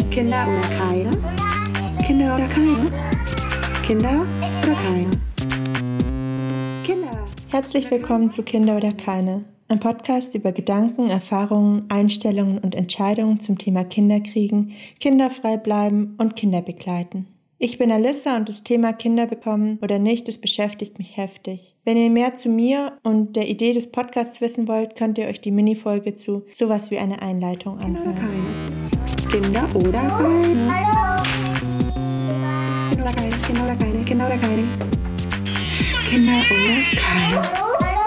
Kinder oder keine? Kinder oder keine? Kinder oder keine? Kinder! Herzlich willkommen zu Kinder oder keine, ein Podcast über Gedanken, Erfahrungen, Einstellungen und Entscheidungen zum Thema Kinderkriegen, kinderfrei bleiben und Kinder begleiten. Ich bin Alyssa und das Thema Kinder bekommen oder nicht, das beschäftigt mich heftig. Wenn ihr mehr zu mir und der Idee des Podcasts wissen wollt, könnt ihr euch die Minifolge zu sowas wie eine Einleitung anhören. Kinder oder keine? Kinder oder keine? Kinder oder keine? Kinder oder keine? Kinder oder keine?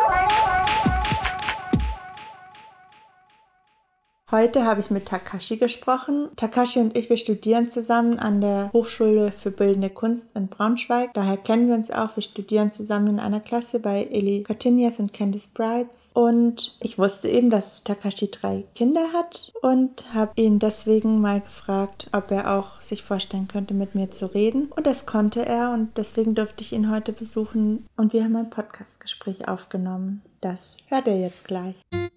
Heute habe ich mit Takashi gesprochen. Takashi und ich, wir studieren zusammen an der Hochschule für Bildende Kunst in Braunschweig. Daher kennen wir uns auch. Wir studieren zusammen in einer Klasse bei Eli Cortinias und Candice Brights. Und ich wusste eben, dass Takashi 3 Kinder hat und habe ihn deswegen mal gefragt, ob er auch sich vorstellen könnte, mit mir zu reden. Und das konnte er und deswegen durfte ich ihn heute besuchen. Und wir haben ein Podcastgespräch aufgenommen. Das hört ihr jetzt gleich.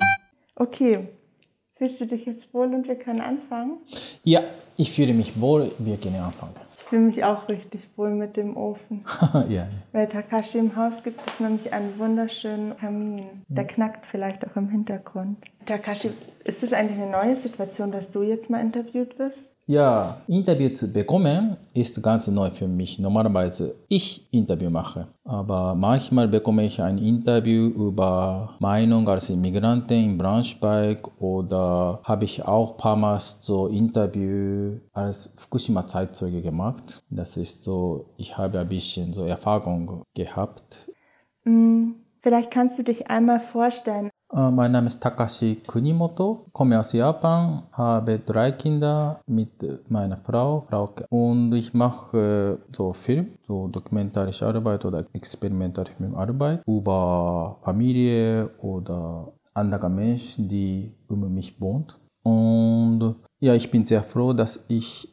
Okay. Fühlst du dich jetzt wohl und wir können anfangen? Ja, ich fühle mich wohl, wir können anfangen. Ich fühle mich auch richtig wohl mit dem Ofen. Ja. Bei Takashi im Haus gibt es nämlich einen wunderschönen Kamin. Der knackt vielleicht auch im Hintergrund. Takashi, ist das eigentlich eine neue Situation, dass du jetzt mal interviewt wirst? Ja, Interview zu bekommen ist ganz neu für mich. Normalerweise ich Interview mache, aber manchmal bekomme ich ein Interview über Meinung als Immigrantin in Braunschweig oder habe ich auch ein paar Mal so Interview als Fukushima-Zeitzeuge gemacht. Das ist so, ich habe ein bisschen so Erfahrung gehabt. Vielleicht kannst du dich einmal vorstellen. Mein Name ist Takashi Kunimoto, komme aus Japan, habe 3 Kinder mit meiner Frau und ich mache so Film, so dokumentarische Arbeit oder experimentelle Filmarbeit über Familie oder andere Menschen, die um mich wohnen. Und ja, ich bin sehr froh, dass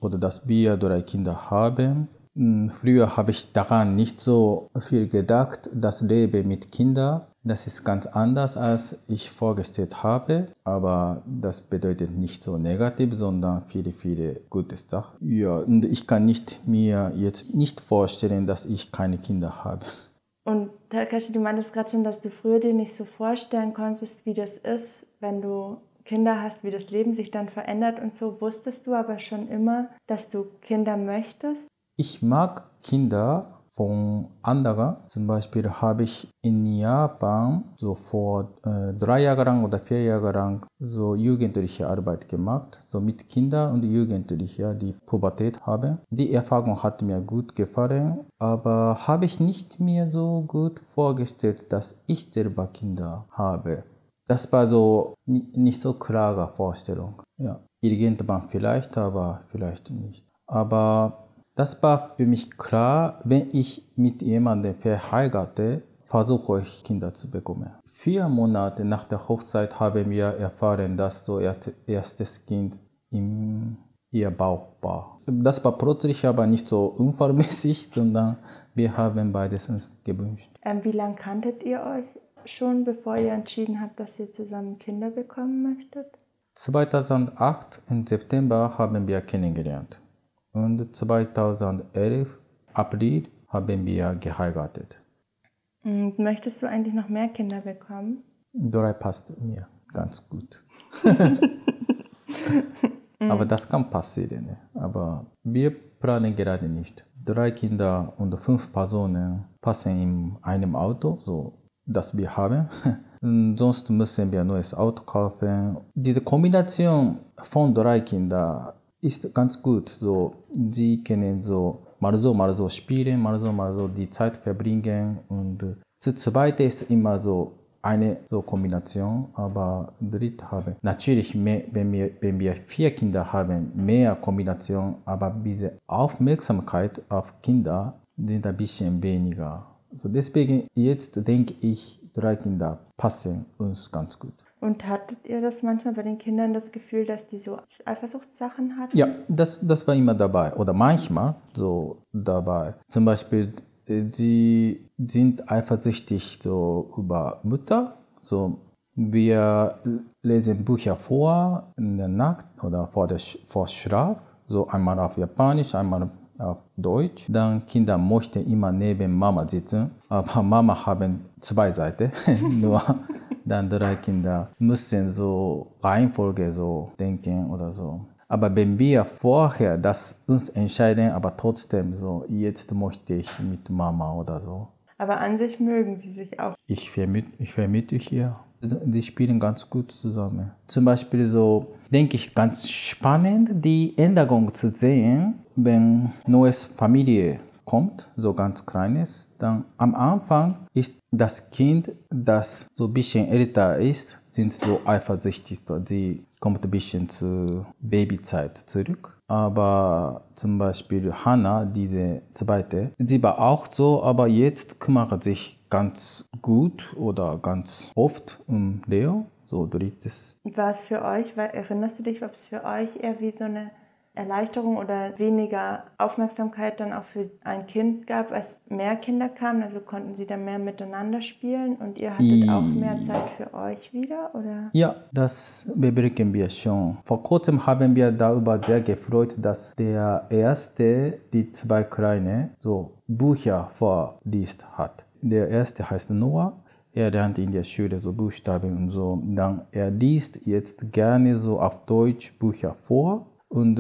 wir 3 Kinder haben. Früher habe ich daran nicht so viel gedacht, das Leben mit Kindern. Das ist ganz anders, als ich vorgestellt habe, aber das bedeutet nicht so negativ, sondern viele, viele gute Sachen. Ja, und ich kann mir jetzt nicht vorstellen, dass ich keine Kinder habe. Und Takashi, du meintest gerade schon, dass du früher dir nicht so vorstellen konntest, wie das ist, wenn du Kinder hast, wie das Leben sich dann verändert und so. Wusstest du aber schon immer, dass du Kinder möchtest? Ich mag Kinder von anderen. Zum Beispiel habe ich in Japan so vor 3 Jahren lang oder 4 Jahren lang so jugendliche Arbeit gemacht, so mit Kindern und Jugendlichen, die Pubertät haben. Die Erfahrung hat mir gut gefallen, aber habe ich nicht mir so gut vorgestellt, dass ich selber Kinder habe. Das war so nicht so klare Vorstellung. Ja, irgendwann vielleicht, aber vielleicht nicht. Aber das war für mich klar, wenn ich mit jemandem verheirate, versuche ich Kinder zu bekommen. 4 Monate nach der Hochzeit haben wir erfahren, dass so ihr erstes Kind in ihr Bauch war. Das war plötzlich, aber nicht so unfallmäßig, sondern wir haben beides uns gewünscht. Wie lange kanntet ihr euch schon, bevor ihr entschieden habt, dass ihr zusammen Kinder bekommen möchtet? 2008 im September haben wir kennengelernt. Und 2011, April, haben wir geheiratet. Und möchtest du eigentlich noch mehr Kinder bekommen? 3 passt mir ganz gut. Aber das kann passieren. Aber wir planen gerade nicht. 3 Kinder und 5 Personen passen in einem Auto, so das wir haben. Sonst müssen wir ein neues Auto kaufen. Diese Kombination von 3 Kindern ist ganz gut. So, sie können so mal so spielen, mal so die Zeit verbringen. Und zu zweit ist immer so eine so Kombination, aber dritt haben. Natürlich, wenn wir 4 Kinder haben, mehr Kombination, aber diese Aufmerksamkeit auf Kinder sind ein bisschen weniger. So deswegen jetzt denke ich, 3 Kinder passen uns ganz gut. Und hattet ihr das manchmal bei den Kindern das Gefühl, dass die so Eifersuchtssachen hatten? Ja, das war immer dabei oder manchmal so dabei. Zum Beispiel, sie sind eifersüchtig so über Mutter. So, wir lesen Bücher vor in der Nacht oder vor Schlaf. so einmal auf Japanisch, einmal auf Deutsch. Dann Kinder möchten immer neben Mama sitzen, aber Mama haben 2 Seiten, nur dann 3 Kinder müssen so Reihenfolge so denken oder so. Aber wenn wir vorher das uns entscheiden, aber trotzdem so, jetzt möchte ich mit Mama oder so. Aber an sich mögen sie sich auch. Ich vermute hier. Sie spielen ganz gut zusammen. Zum Beispiel so, denke ich, ganz spannend, die Änderung zu sehen, wenn neues Familie kommt, so ganz kleines, dann am Anfang ist das Kind, das so ein bisschen älter ist, sind so eifersüchtig. Sie kommt ein bisschen zur Babyzeit zurück. Aber zum Beispiel Hannah, diese zweite, sie war auch so, aber jetzt kümmert sich ganz gut oder ganz oft um Leo, so drittes. War es für euch, erinnerst du dich, ob es für euch eher wie so eine Erleichterung oder weniger Aufmerksamkeit dann auch für ein Kind gab, als mehr Kinder kamen? Also konnten sie dann mehr miteinander spielen und ihr hattet auch mehr Zeit für euch wieder, oder? Ja, das bemerken wir schon. Vor kurzem haben wir darüber sehr gefreut, dass der Erste, die 2 Kleine, so Bücher vorliest hat. Der Erste heißt Noah. Er lernt in der Schule so Buchstaben und so. Dann er liest jetzt gerne so auf Deutsch Bücher vor. Und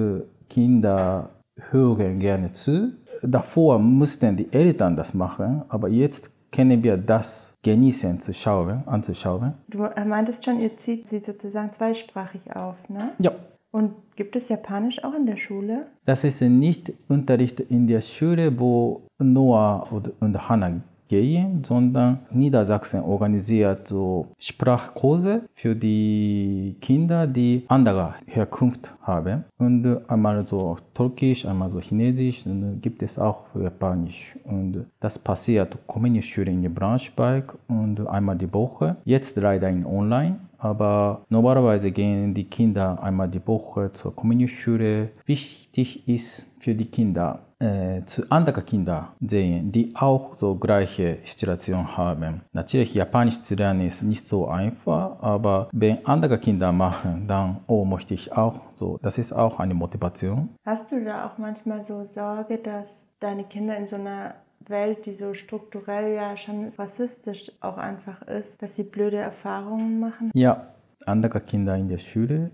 Kinder hören gerne zu. Davor mussten die Eltern das machen, aber jetzt können wir das genießen anzuschauen. Du meintest schon, ihr zieht sie sozusagen zweisprachig auf, ne? Ja. Und gibt es Japanisch auch in der Schule? Das ist nicht Unterricht in der Schule, wo Noah und Hannah gehen, sondern Niedersachsen organisiert so Sprachkurse für die Kinder, die andere Herkunft haben. Und einmal so Türkisch, einmal so Chinesisch und gibt es auch Japanisch. Und das passiert Community-Schule in Braunschweig und einmal die Woche. Jetzt leider in Online. Aber normalerweise gehen die Kinder einmal die Woche zur Community-Schule. Wichtig ist für die Kinder, zu anderen Kindern sehen, die auch so gleiche Situation haben. Natürlich, Japanisch zu lernen ist nicht so einfach, aber wenn andere Kinder machen, dann möchte ich auch so. Das ist auch eine Motivation. Hast du da auch manchmal so Sorge, dass deine Kinder in so einer Welt, die so strukturell ja schon rassistisch auch einfach ist, dass sie blöde Erfahrungen machen? Ja, andere Kinder in der Schule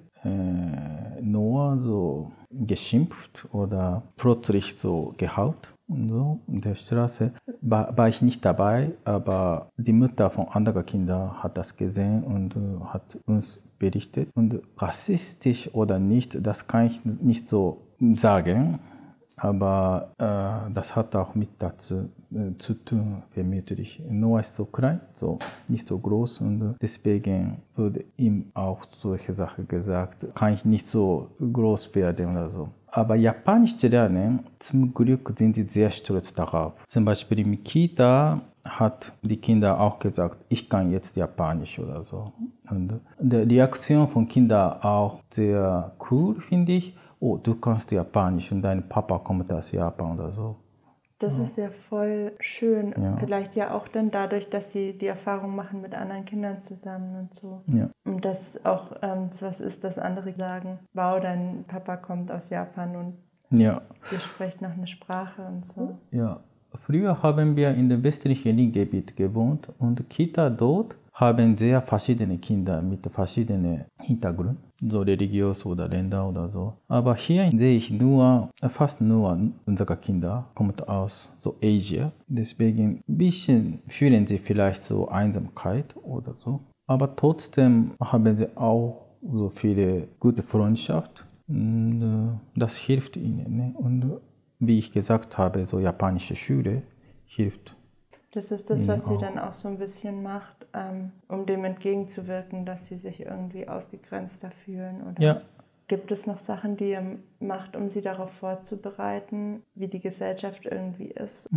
nur so geschimpft oder plötzlich so gehaut und so in der Straße. War ich nicht dabei, aber die Mutter von anderen Kindern hat das gesehen und hat uns berichtet. Und rassistisch oder nicht, das kann ich nicht so sagen. Aber das hat auch mit dazu zu tun, vermutlich. Noah ist so klein, so nicht so groß und deswegen wurde ihm auch solche Sachen gesagt, kann ich nicht so groß werden oder so. Aber Japanisch zu lernen, zum Glück sind sie sehr stolz darauf. Zum Beispiel im Kita hat die Kinder auch gesagt, ich kann jetzt Japanisch oder so. Und die Reaktion von Kindern auch sehr cool, finde ich. Oh, du kannst Japanisch und dein Papa kommt aus Japan oder so. Das ist ja voll schön. Ja. Vielleicht ja auch dann dadurch, dass sie die Erfahrung machen mit anderen Kindern zusammen und so. Ja. Und das auch was ist, dass andere sagen, wow, dein Papa kommt aus Japan und ihr sprecht noch eine Sprache und so. Ja. Früher haben wir in dem westlichen Ringgebiet gewohnt und Kita dort haben sehr verschiedene Kinder mit verschiedenen Hintergründen, so religiös oder Länder oder so. Aber hier sehe ich fast nur unsere Kinder kommen aus so Asia. Deswegen ein bisschen fühlen sie vielleicht so Einsamkeit oder so. Aber trotzdem haben sie auch so viele gute Freundschaft. Und das hilft ihnen. Ne? Und wie ich gesagt habe, so japanische Schule hilft. Das ist das, was sie dann auch so ein bisschen macht, um dem entgegenzuwirken, dass sie sich irgendwie ausgegrenzter fühlen? Oder Ja. Gibt es noch Sachen, die ihr macht, um sie darauf vorzubereiten, wie die Gesellschaft irgendwie ist?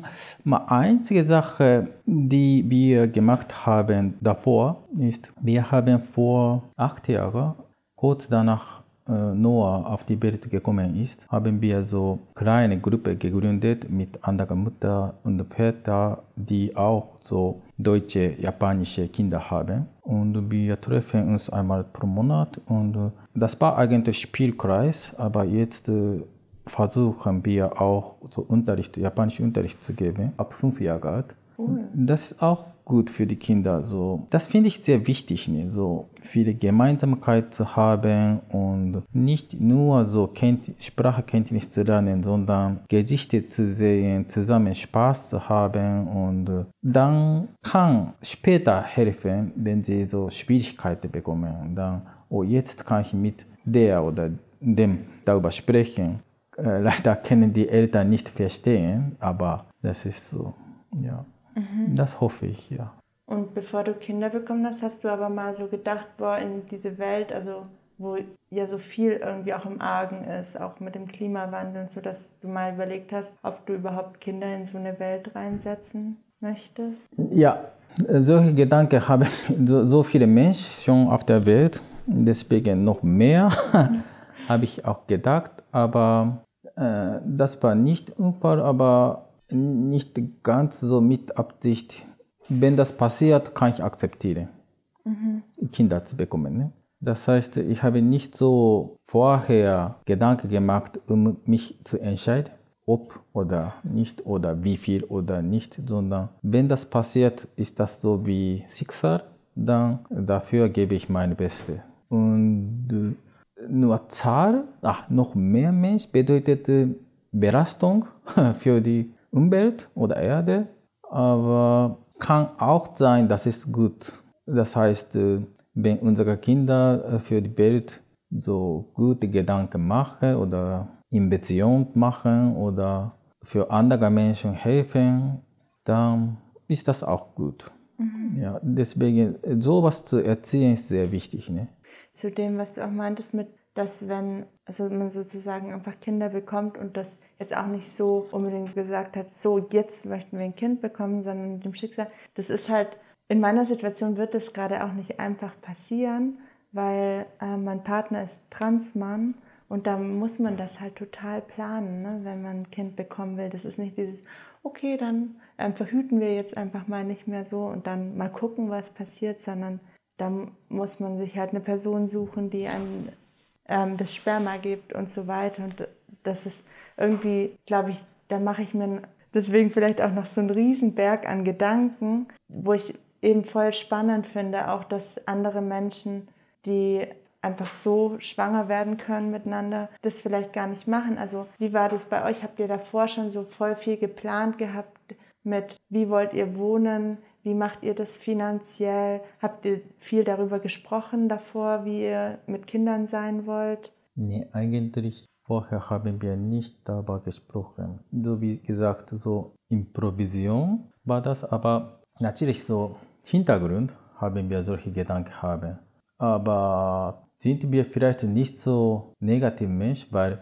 Einzige Sache, die wir gemacht haben davor, ist, wir haben vor 8 Jahren, kurz danach Noah auf die Welt gekommen ist, haben wir so kleine Gruppe gegründet mit anderen Mütter und Vätern, die auch so deutsche, japanische Kinder haben. und wir treffen uns einmal pro Monat. Und das war eigentlich Spielkreis, aber jetzt versuchen wir auch so japanischen Unterricht zu geben, ab 5 Jahre alt. Cool. Das ist auch gut für die Kinder. So. Das finde ich sehr wichtig, ne? So viele Gemeinsamkeit zu haben und nicht nur so Sprachkenntnis zu lernen, sondern Gesichter zu sehen, zusammen Spaß zu haben und dann kann später helfen, wenn sie so Schwierigkeiten bekommen. Dann, jetzt kann ich mit der oder dem darüber sprechen. Leider können die Eltern nicht verstehen, aber das ist so, ja. Das hoffe ich, ja. Und bevor du Kinder bekommen hast, hast du aber mal so gedacht, in diese Welt, also wo ja so viel irgendwie auch im Argen ist, auch mit dem Klimawandel und so, dass du mal überlegt hast, ob du überhaupt Kinder in so eine Welt reinsetzen möchtest? Ja, solche Gedanken haben so viele Menschen schon auf der Welt, deswegen noch mehr habe ich auch gedacht, aber das war nicht Unfall, aber nicht ganz so mit Absicht. Wenn das passiert, kann ich akzeptieren, Kinder zu bekommen. Ne? Das heißt, ich habe nicht so vorher Gedanken gemacht, um mich zu entscheiden, ob oder nicht oder wie viel oder nicht, sondern wenn das passiert, ist das so wie Schicksal, dann dafür gebe ich mein Bestes. Und nur Zahl, noch mehr Mensch bedeutet Belastung für die Umwelt oder Erde, aber kann auch sein, das ist gut. Das heißt, wenn unsere Kinder für die Welt so gute Gedanken machen oder in Beziehung machen oder für andere Menschen helfen, dann ist das auch gut. Ja, deswegen, sowas zu erziehen ist sehr wichtig. Ne? Zu dem, was du auch meintest mit, dass wenn man sozusagen einfach Kinder bekommt und das jetzt auch nicht so unbedingt gesagt hat, so jetzt möchten wir ein Kind bekommen, sondern mit dem Schicksal, das ist halt, in meiner Situation wird das gerade auch nicht einfach passieren, weil mein Partner ist Transmann und da muss man das halt total planen, ne, wenn man ein Kind bekommen will. Das ist nicht dieses, okay, dann verhüten wir jetzt einfach mal nicht mehr so und dann mal gucken, was passiert, sondern da muss man sich halt eine Person suchen, die einem das Sperma gibt und so weiter. Und das ist irgendwie, glaube ich, da mache ich mir deswegen vielleicht auch noch so einen Riesenberg an Gedanken, wo ich eben voll spannend finde, auch dass andere Menschen, die einfach so schwanger werden können miteinander, das vielleicht gar nicht machen. Also wie war das bei euch? Habt ihr davor schon so voll viel geplant gehabt mit, wie wollt ihr wohnen? Wie macht ihr das finanziell? Habt ihr viel darüber gesprochen davor, wie ihr mit Kindern sein wollt? Nee, eigentlich vorher haben wir nicht darüber gesprochen. So wie gesagt, so Improvisation war das, aber natürlich so Hintergrund haben wir solche Gedanken haben. Aber sind wir vielleicht nicht so negativ Mensch, weil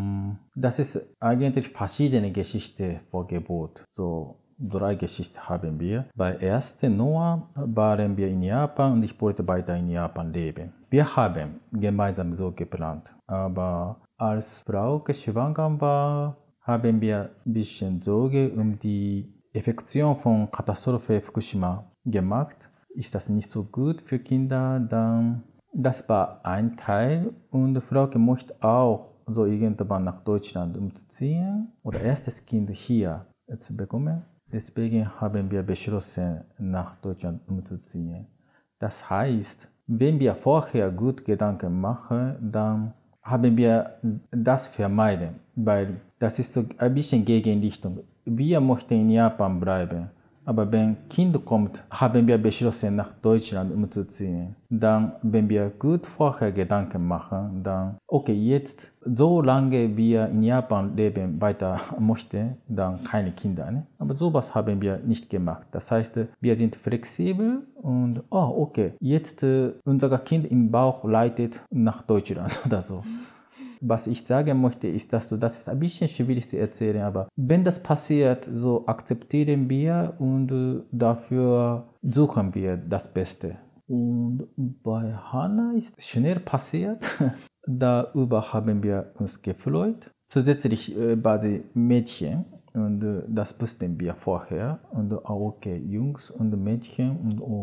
das ist eigentlich verschiedene Geschichten vor Geburt. So 3 Geschichten haben wir. Bei ersten Noah waren wir in Japan und ich wollte weiter in Japan leben. Wir haben gemeinsam so geplant. Aber als Frau schwanger war, haben wir ein bisschen Sorge um die Infektion von Katastrophe Fukushima gemacht. Ist das nicht so gut für Kinder? Dann das war ein Teil und Frauke möchte auch so irgendwann nach Deutschland umziehen oder erstes Kind hier zu bekommen. Deswegen haben wir beschlossen, nach Deutschland umzuziehen. Das heißt, wenn wir vorher gut Gedanken machen, dann haben wir das vermeiden, weil das ist so ein bisschen Gegenrichtung. Wir möchten in Japan bleiben, aber wenn ein Kind kommt, haben wir beschlossen, nach Deutschland umzuziehen. Dann, wenn wir gut vorher Gedanken machen, dann, okay, jetzt, solange wir in Japan leben weiter möchten, dann keine Kinder. Ne? Aber sowas haben wir nicht gemacht. Das heißt, wir sind flexibel und, okay, jetzt unser Kind im Bauch leitet nach Deutschland oder so. Was ich sagen möchte, ist, dass das ist ein bisschen schwierig zu erzählen, aber wenn das passiert, so akzeptieren wir und dafür suchen wir das Beste. Und bei Hannah ist schnell passiert. Darüber haben wir uns gefreut. Zusätzlich war sie Mädchen und das wussten wir vorher. Und okay, Jungs und Mädchen und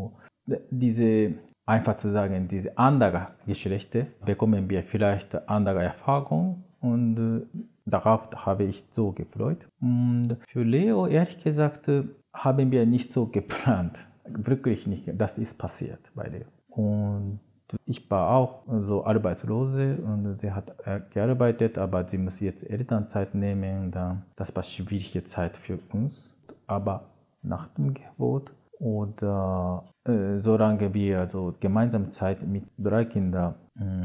diese, einfach zu sagen, diese andere Geschlechter bekommen wir vielleicht andere Erfahrungen und darauf habe ich so gefreut. Und für Leo, ehrlich gesagt, haben wir nicht so geplant. Wirklich nicht. Das ist passiert bei Leo. Und ich war auch so Arbeitslose und sie hat gearbeitet, aber sie muss jetzt Elternzeit nehmen. Das war eine schwierige Zeit für uns. Aber nach dem Geburt oder solange wir so gemeinsam Zeit mit 3 Kindern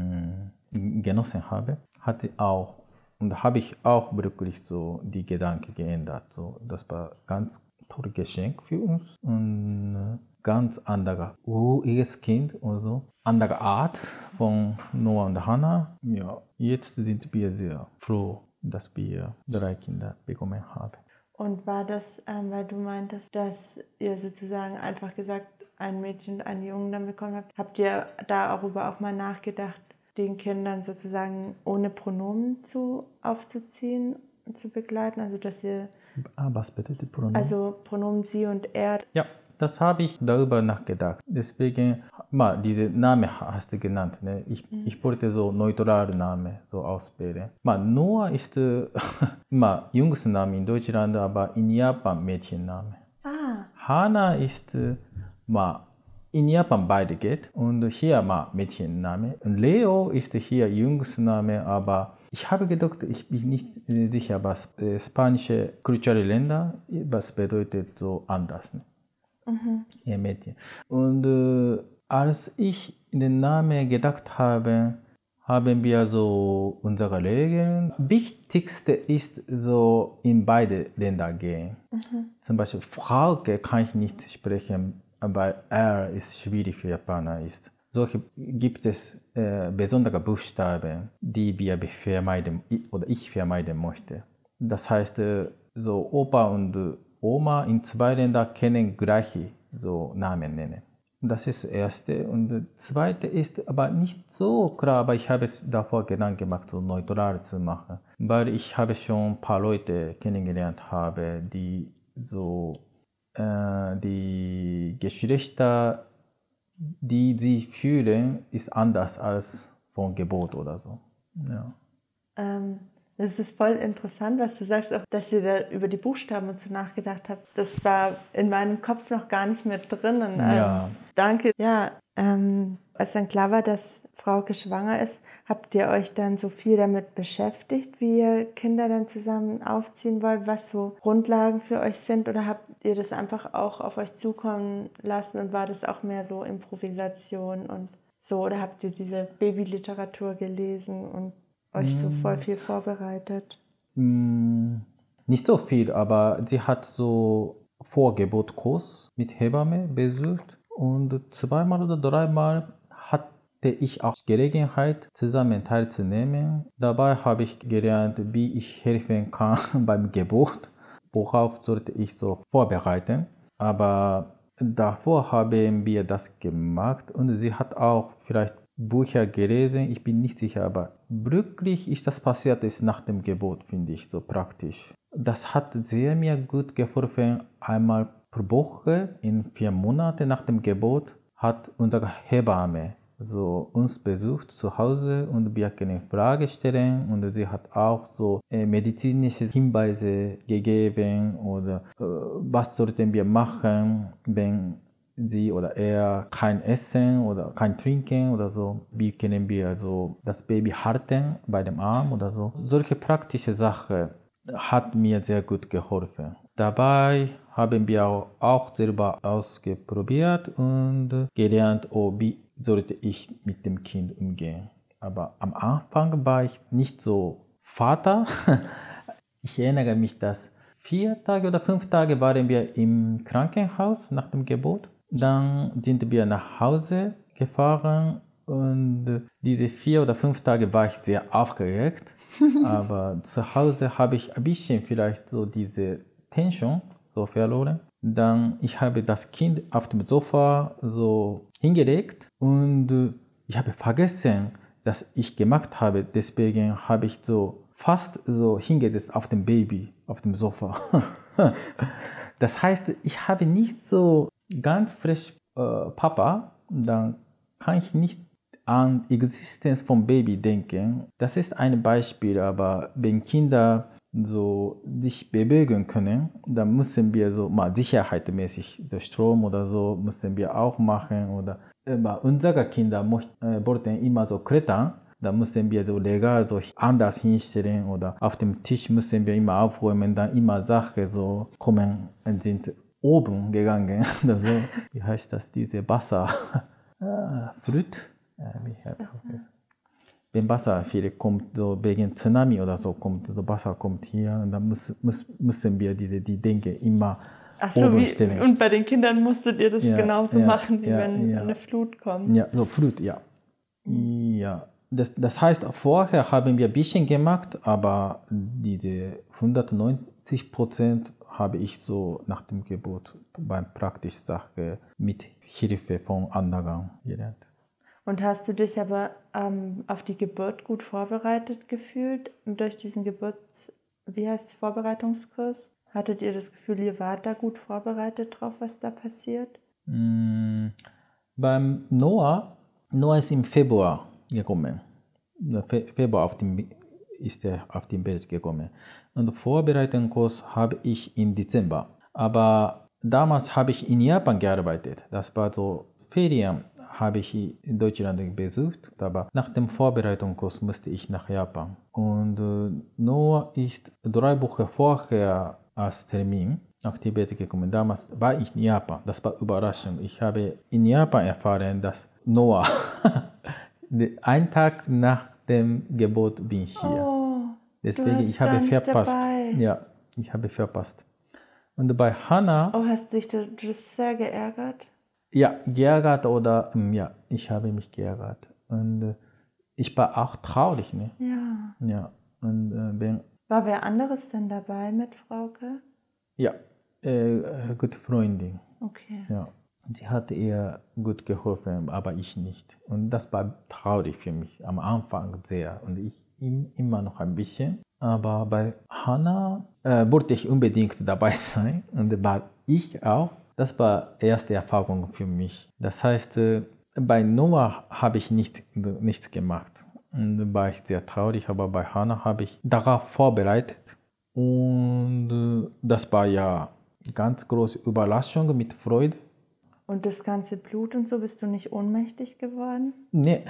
genossen haben, hat sie auch und habe ich auch wirklich so die Gedanken geändert. So, das war ganz tolles Geschenk für uns und ganz anderer ruhiges Kind und so. Andere Art von Noah und Hannah. Ja, jetzt sind wir sehr froh, dass wir 3 Kinder bekommen haben. Und war das, weil du meintest, dass ihr sozusagen einfach gesagt ein Mädchen und einen Jungen dann bekommen habt ihr darüber auch mal nachgedacht, den Kindern sozusagen ohne Pronomen aufzuziehen und zu begleiten? Also dass ihr... Was bedeutet Pronomen? Also Pronomen sie und er. Ja, das habe ich darüber nachgedacht. Deswegen, diese Name hast du genannt. Ne? Ich wollte so neutrale Namen so auswählen. Noah ist Jungsname in Deutschland, aber in Japan Mädchenname. Hana ist in Japan beide geht und hier Mädchenname. Und Leo ist hier Jungsname, aber ich habe gedacht, ich bin nicht sicher, was spanische kulturelle Länder, was bedeutet so anders. Ne? Ja, Mädchen. Und als ich den Namen gedacht habe, haben wir so unsere Regeln. Wichtigste ist so in beide Länder gehen. Zum Beispiel Frauke kann ich nicht sprechen, weil R ist schwierig für Japaner ist. Solche gibt es besondere Buchstaben, die wir vermeiden oder ich vermeiden möchte. Das heißt, so Opa und Oma in 2 Ländern können gleiche so Namen nennen. Das ist das Erste. Und das Zweite ist aber nicht so klar, aber ich habe es davor Gedanken gemacht, so neutral zu machen. Weil ich habe schon ein paar Leute kennengelernt habe, die so die Geschlechter, die sie fühlen, ist anders als von Geburt oder so. Ja. Das ist voll interessant, was du sagst, auch, dass ihr da über die Buchstaben und so nachgedacht habt. Das war in meinem Kopf noch gar nicht mehr drin. Und, danke. Ja, als dann klar war, dass Frauke schwanger ist, habt ihr euch dann so viel damit beschäftigt, wie ihr Kinder dann zusammen aufziehen wollt, was so Grundlagen für euch sind? Oder habt ihr das einfach auch auf euch zukommen lassen und war das auch mehr so Improvisation und so? Oder habt ihr diese Babyliteratur gelesen und euch so voll viel vorbereitet? Nicht so viel, aber sie hat so Vorgeburtskurs mit Hebamme besucht und 2-mal oder 3-mal hatte ich auch Gelegenheit, zusammen teilzunehmen. Dabei habe ich gelernt, wie ich helfen kann beim Geburt, worauf sollte ich so vorbereiten. Aber davor haben wir das gemacht und sie hat auch vielleicht Bücher gelesen, ich bin nicht sicher, aber wirklich ist das passiert ist nach dem Geburt, finde ich so praktisch. Das hat sehr mir gut geholfen. Einmal pro Woche in 4 Monaten nach dem Geburt hat unsere Hebamme so uns besucht zu Hause und wir können Fragen stellen und sie hat auch so medizinische Hinweise gegeben oder was sollten wir machen, wenn sie oder er kein Essen oder kein Trinken oder so. Wie können wir also das Baby halten bei dem Arm oder so. Solche praktische Sachen hat mir sehr gut geholfen. Dabei haben wir auch selber ausprobiert und gelernt, wie sollte ich mit dem Kind umgehen. Aber am Anfang war ich nicht so Vater. Ich erinnere mich, dass 4 Tage oder 5 Tage waren wir im Krankenhaus nach dem Geburt. Dann sind wir nach Hause gefahren und diese 4 oder 5 Tage war ich sehr aufgeregt. Aber zu Hause habe ich ein bisschen vielleicht so diese Tension so verloren. Dann ich habe das Kind auf dem Sofa so hingelegt und ich habe vergessen, dass ich gemacht habe. Deswegen habe ich so fast so hingesetzt auf dem Baby, auf dem Sofa. Das heißt, ich habe nicht so ganz frisch Papa, dann kann ich nicht an Existenz vom Baby denken. Das ist ein Beispiel, aber wenn Kinder so sich bewegen können, dann müssen wir so mal sicherheitsmäßig der Strom oder so müssen wir auch machen oder unsere Kinder wollten immer so klettern. Da müssen wir so legal so anders hinstellen oder auf dem Tisch müssen wir immer aufräumen, dann immer Sachen so kommen und sind oben gegangen. Also, wie heißt das, diese Wasser? Flut? Wenn Wasser viel kommt, so wegen Tsunami oder so kommt, so Wasser kommt hier und dann müssen wir die Dinge immer oben stellen. Und bei den Kindern musstet ihr das genauso machen, wie wenn eine Flut kommt? Ja, so Flut, ja. Ja. Das heißt, vorher haben wir ein bisschen gemacht, aber diese 190% habe ich so nach dem Geburt beim praktischen Sache mit Hilfe von anderen gelernt. Und hast du dich aber auf die Geburt gut vorbereitet gefühlt durch diesen Vorbereitungskurs? Hattet ihr das Gefühl, ihr wart da gut vorbereitet drauf, was da passiert? Beim Noah ist im Februar gekommen. Februar ist er auf die Welt gekommen. Und Vorbereitungskurs habe ich im Dezember. Aber damals habe ich in Japan gearbeitet. Das war so Ferien, habe ich in Deutschland besucht. Aber nach dem Vorbereitungskurs musste ich nach Japan. Und Noah ist 3 Wochen vorher als Termin auf die Welt gekommen. Damals war ich in Japan. Das war Überraschung. Ich habe in Japan erfahren, dass Noah einen Tag nach dem Geburt bin ich hier. Oh, deswegen ich habe verpasst. Dabei. Ja, ich habe verpasst. Und bei Hannah. Oh, hast du dich sehr geärgert? Ja, geärgert oder ja, ich habe mich geärgert. Und ich war auch traurig, ne? Ja. Ja. Und war wer anderes denn dabei mit Frauke? Ja, gute Freundin. Okay. Ja. Sie hat ihr gut geholfen, aber ich nicht. Und das war traurig für mich am Anfang sehr. Und ich immer noch ein bisschen. Aber bei Hannah wollte ich unbedingt dabei sein. Und war ich auch. Das war die erste Erfahrung für mich. Das heißt, bei Noah habe ich nichts gemacht. Und da war ich sehr traurig. Aber bei Hannah habe ich darauf vorbereitet. Und das war ja eine ganz große Überraschung mit Freude. Und das ganze Blut und so, bist du nicht ohnmächtig geworden? Nee.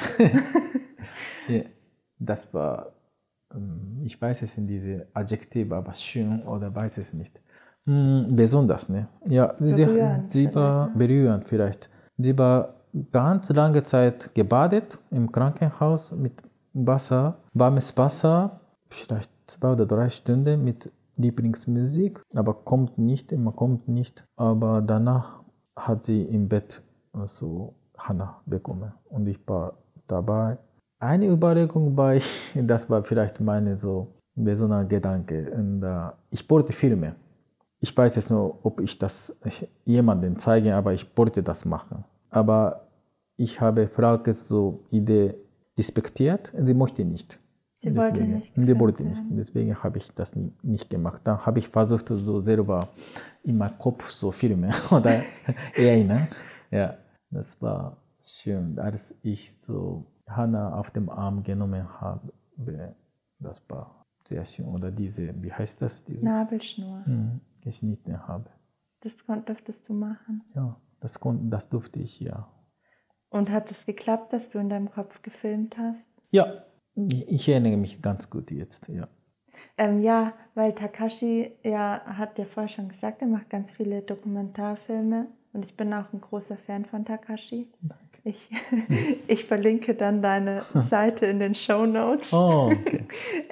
Ja, das war, ich weiß es in diese Adjektive, aber schön oder weiß es nicht. Besonders, ne? Ja, sie war berührend vielleicht. Sie war ganz lange Zeit gebadet im Krankenhaus mit Wasser, warmes Wasser, vielleicht 2 oder 3 Stunden mit Lieblingsmusik, aber kommt nicht. Aber danach hat sie im Bett so Hannah bekommen und ich war dabei. Eine Überlegung das war vielleicht meine so besondere Gedanke. Und, ich wollte filmen. Ich weiß jetzt nur, ob ich das jemandem zeige, aber ich wollte das machen. Aber ich habe Fraukes so Idee respektiert und sie möchte nicht. Sie wollte nicht. Deswegen habe ich das nicht gemacht. Dann habe ich versucht, so selber in meinem Kopf so filmen oder erinnern. Ja, das war schön, als ich so Hannah auf dem Arm genommen habe. Das war sehr schön. Oder diese, wie heißt das? Diese Nabelschnur. Geschnitten habe. Das durftest du machen? Ja, das durfte ich, ja. Und hat es geklappt, dass du in deinem Kopf gefilmt hast? Ja, ich erinnere mich ganz gut jetzt, ja. Ja, weil Takashi hat ja vorher schon gesagt, er macht ganz viele Dokumentarfilme und ich bin auch ein großer Fan von Takashi. Danke. Ich verlinke dann deine Seite in den Shownotes. Oh, okay.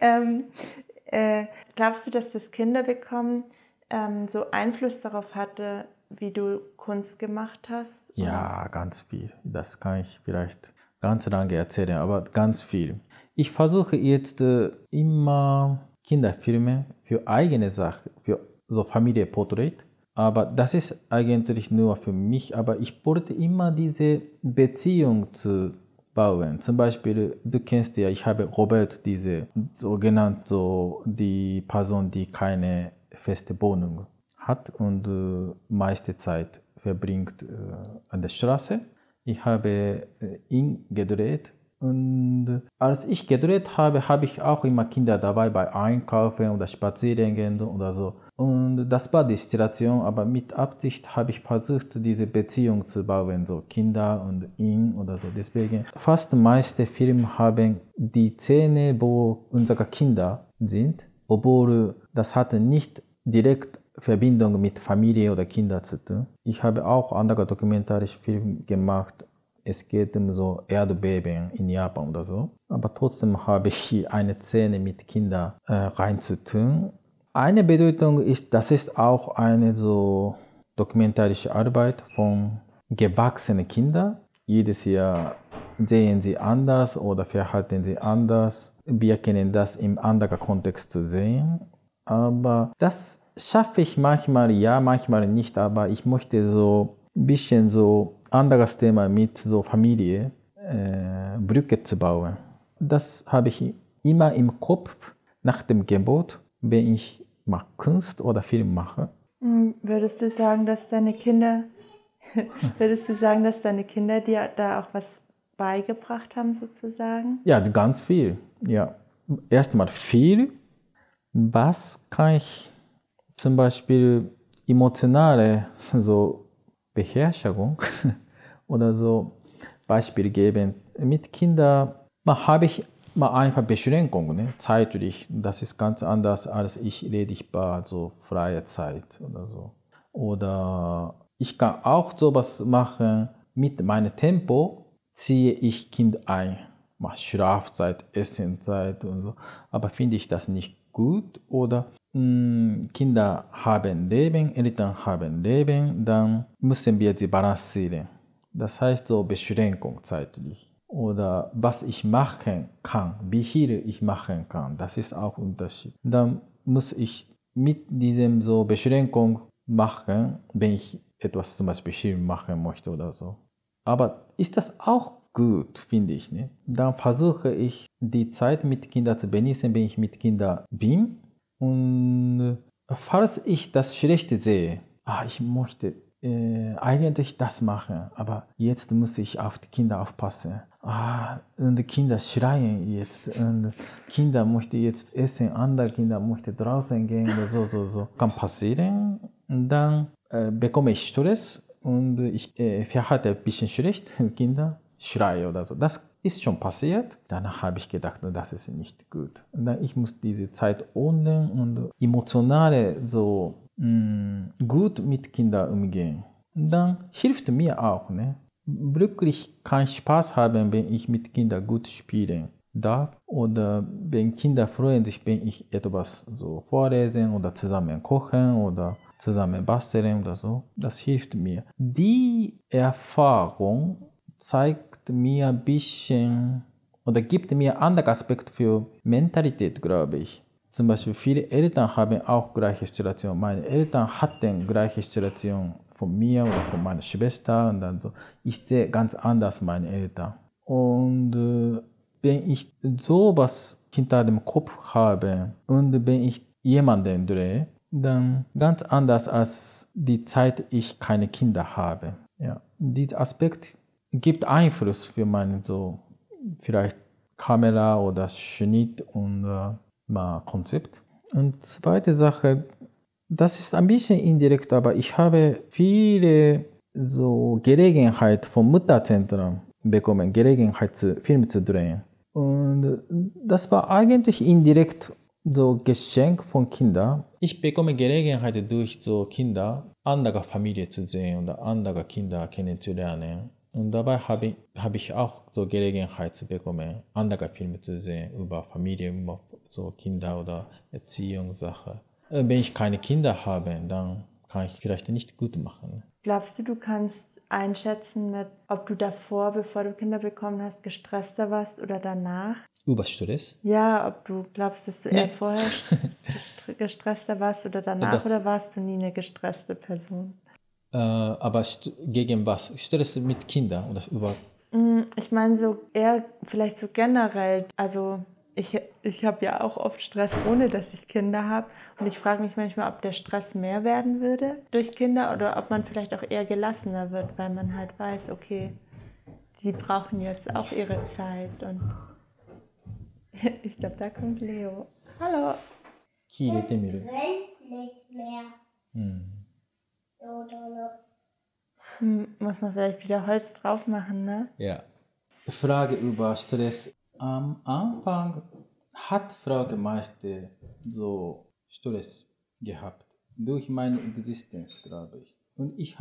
Glaubst du, dass das Kinderbekommen so Einfluss darauf hatte, wie du Kunst gemacht hast? Ja, ganz viel. Das kann ich vielleicht ganz lange erzählen, aber ganz viel. Ich versuche jetzt immer Kinderfilme für eigene Sachen, für so Familienporträt. Aber das ist eigentlich nur für mich. Aber ich wollte immer diese Beziehung zu bauen. Zum Beispiel, du kennst ja, ich habe Robert, diese so genannt, so die Person, die keine feste Wohnung hat und meiste Zeit verbringt an der Straße. Ich habe ihn gedreht. Und als ich gedreht habe, habe ich auch immer Kinder dabei bei Einkaufen oder Spaziergängen oder so. Und das war die Situation, aber mit Absicht habe ich versucht, diese Beziehung zu bauen, so Kinder und ihn oder so. Deswegen, fast die meisten Filme haben die Szene, wo unsere Kinder sind, obwohl das hatte nicht direkt Verbindung mit Familie oder Kindern zu tun. Ich habe auch andere dokumentarische Filme gemacht. Es geht um so Erdbeben in Japan oder so. Aber trotzdem habe ich eine Szene mit Kindern reinzutun. Eine Bedeutung ist, das ist auch eine so dokumentarische Arbeit von gewachsenen Kindern. Jedes Jahr sehen sie anders oder verhalten sie anders. Wir können das im anderen Kontext zu sehen. Aber das schaffe ich manchmal, ja, manchmal nicht. Aber ich möchte so ein bisschen so anderes Thema mit so Familie, Brücke zu bauen. Das habe ich immer im Kopf nach dem Gebot, wenn ich mal Kunst oder Film mache. Würdest du sagen, dass deine Kinder dir da auch was beigebracht haben, sozusagen? Ja, ganz viel. Ja. Erstmal viel. Was kann ich zum Beispiel emotionale so Beherrschung oder so Beispiel geben. Mit Kindern habe ich mal einfach Beschränkungen, ne? Zeitlich. Das ist ganz anders als ich ledigbar so freie Zeit oder so. Oder ich kann auch sowas machen, mit meinem Tempo ziehe ich Kind ein. Mal Schlafzeit, Essenszeit und so. Aber finde ich das nicht gut oder Kinder haben Leben, Eltern haben Leben, dann müssen wir sie balancieren. Das heißt so Beschränkung zeitlich. Oder was ich machen kann, wie viel ich machen kann, das ist auch ein Unterschied. Dann muss ich mit diesem so Beschränkung machen, wenn ich etwas zum Beispiel Film machen möchte oder so. Aber ist das auch gut, finde ich. Ne? Dann versuche ich die Zeit mit Kindern zu genießen, wenn ich mit Kindern bin. Und falls ich das Schlechte sehe, ich möchte eigentlich das machen, aber jetzt muss ich auf die Kinder aufpassen. Und die Kinder schreien jetzt und Kinder möchten jetzt essen, andere Kinder möchten draußen gehen oder so. Kann passieren. Und dann bekomme ich Stress und ich verhalte ein bisschen schlecht, Kinder schreien oder so. Das ist schon passiert. Dann habe ich gedacht, das ist nicht gut. Und dann ich muss diese Zeit ordnen und emotional so gut mit Kindern umgehen. Und dann hilft mir auch. Ne? Wirklich kann ich Spaß haben, wenn ich mit Kindern gut spielen darf. Oder wenn Kinder freuen sich, wenn ich etwas so vorlesen oder zusammen kochen oder zusammen basteln oder so. Das hilft mir. Die Erfahrung zeigt mir ein bisschen oder gibt mir andere Aspekte für Mentalität, glaube ich. Zum Beispiel viele Eltern haben auch gleiche Situation. Meine Eltern hatten gleiche Situation von mir oder von meiner Schwester und dann so. Ich sehe ganz anders meine Eltern. Und wenn ich sowas hinter dem Kopf habe und wenn ich jemanden drehe, dann ganz anders als die Zeit, ich keine Kinder habe. Ja, dieser Aspekt gibt Einfluss für mein so vielleicht Kamera oder Schnitt und Konzept. Und zweite Sache, das ist ein bisschen indirekt, aber ich habe viele so Gelegenheit vom Mutterzentrum bekommen, Gelegenheit Filme zu drehen. Und das war eigentlich indirekt so Geschenk von Kindern. Ich bekomme Gelegenheit durch so Kinder, andere Familien zu sehen oder andere Kinder kennenzulernen. Und dabei habe ich auch so Gelegenheit zu bekommen, andere Filme zu sehen über Familie, über so Kinder oder Erziehungssache. Wenn ich keine Kinder habe, dann kann ich vielleicht nicht gut machen. Glaubst du, du kannst einschätzen, ob du davor, bevor du Kinder bekommen hast, gestresster warst oder danach? Über Stress? Ja, ob du glaubst, dass du eher vorher gestresster warst oder danach, oder warst du nie eine gestresste Person? Aber gegen was? Stress mit Kindern oder über? Ich meine so eher vielleicht so generell, also Ich habe ja auch oft Stress, ohne dass ich Kinder habe. Und ich frage mich manchmal, ob der Stress mehr werden würde durch Kinder oder ob man vielleicht auch eher gelassener wird, weil man halt weiß, okay, die brauchen jetzt auch ihre Zeit. Und ich glaube, da kommt Leo. Hallo. 木入れてみる。 Brennt nicht mehr. うん。 Muss man vielleicht wieder Holz drauf machen, ne? Ja. Frage über Stress. Am Anfang hat Frau Meister so Stress gehabt. Durch meine Existenz, glaube ich. Und ich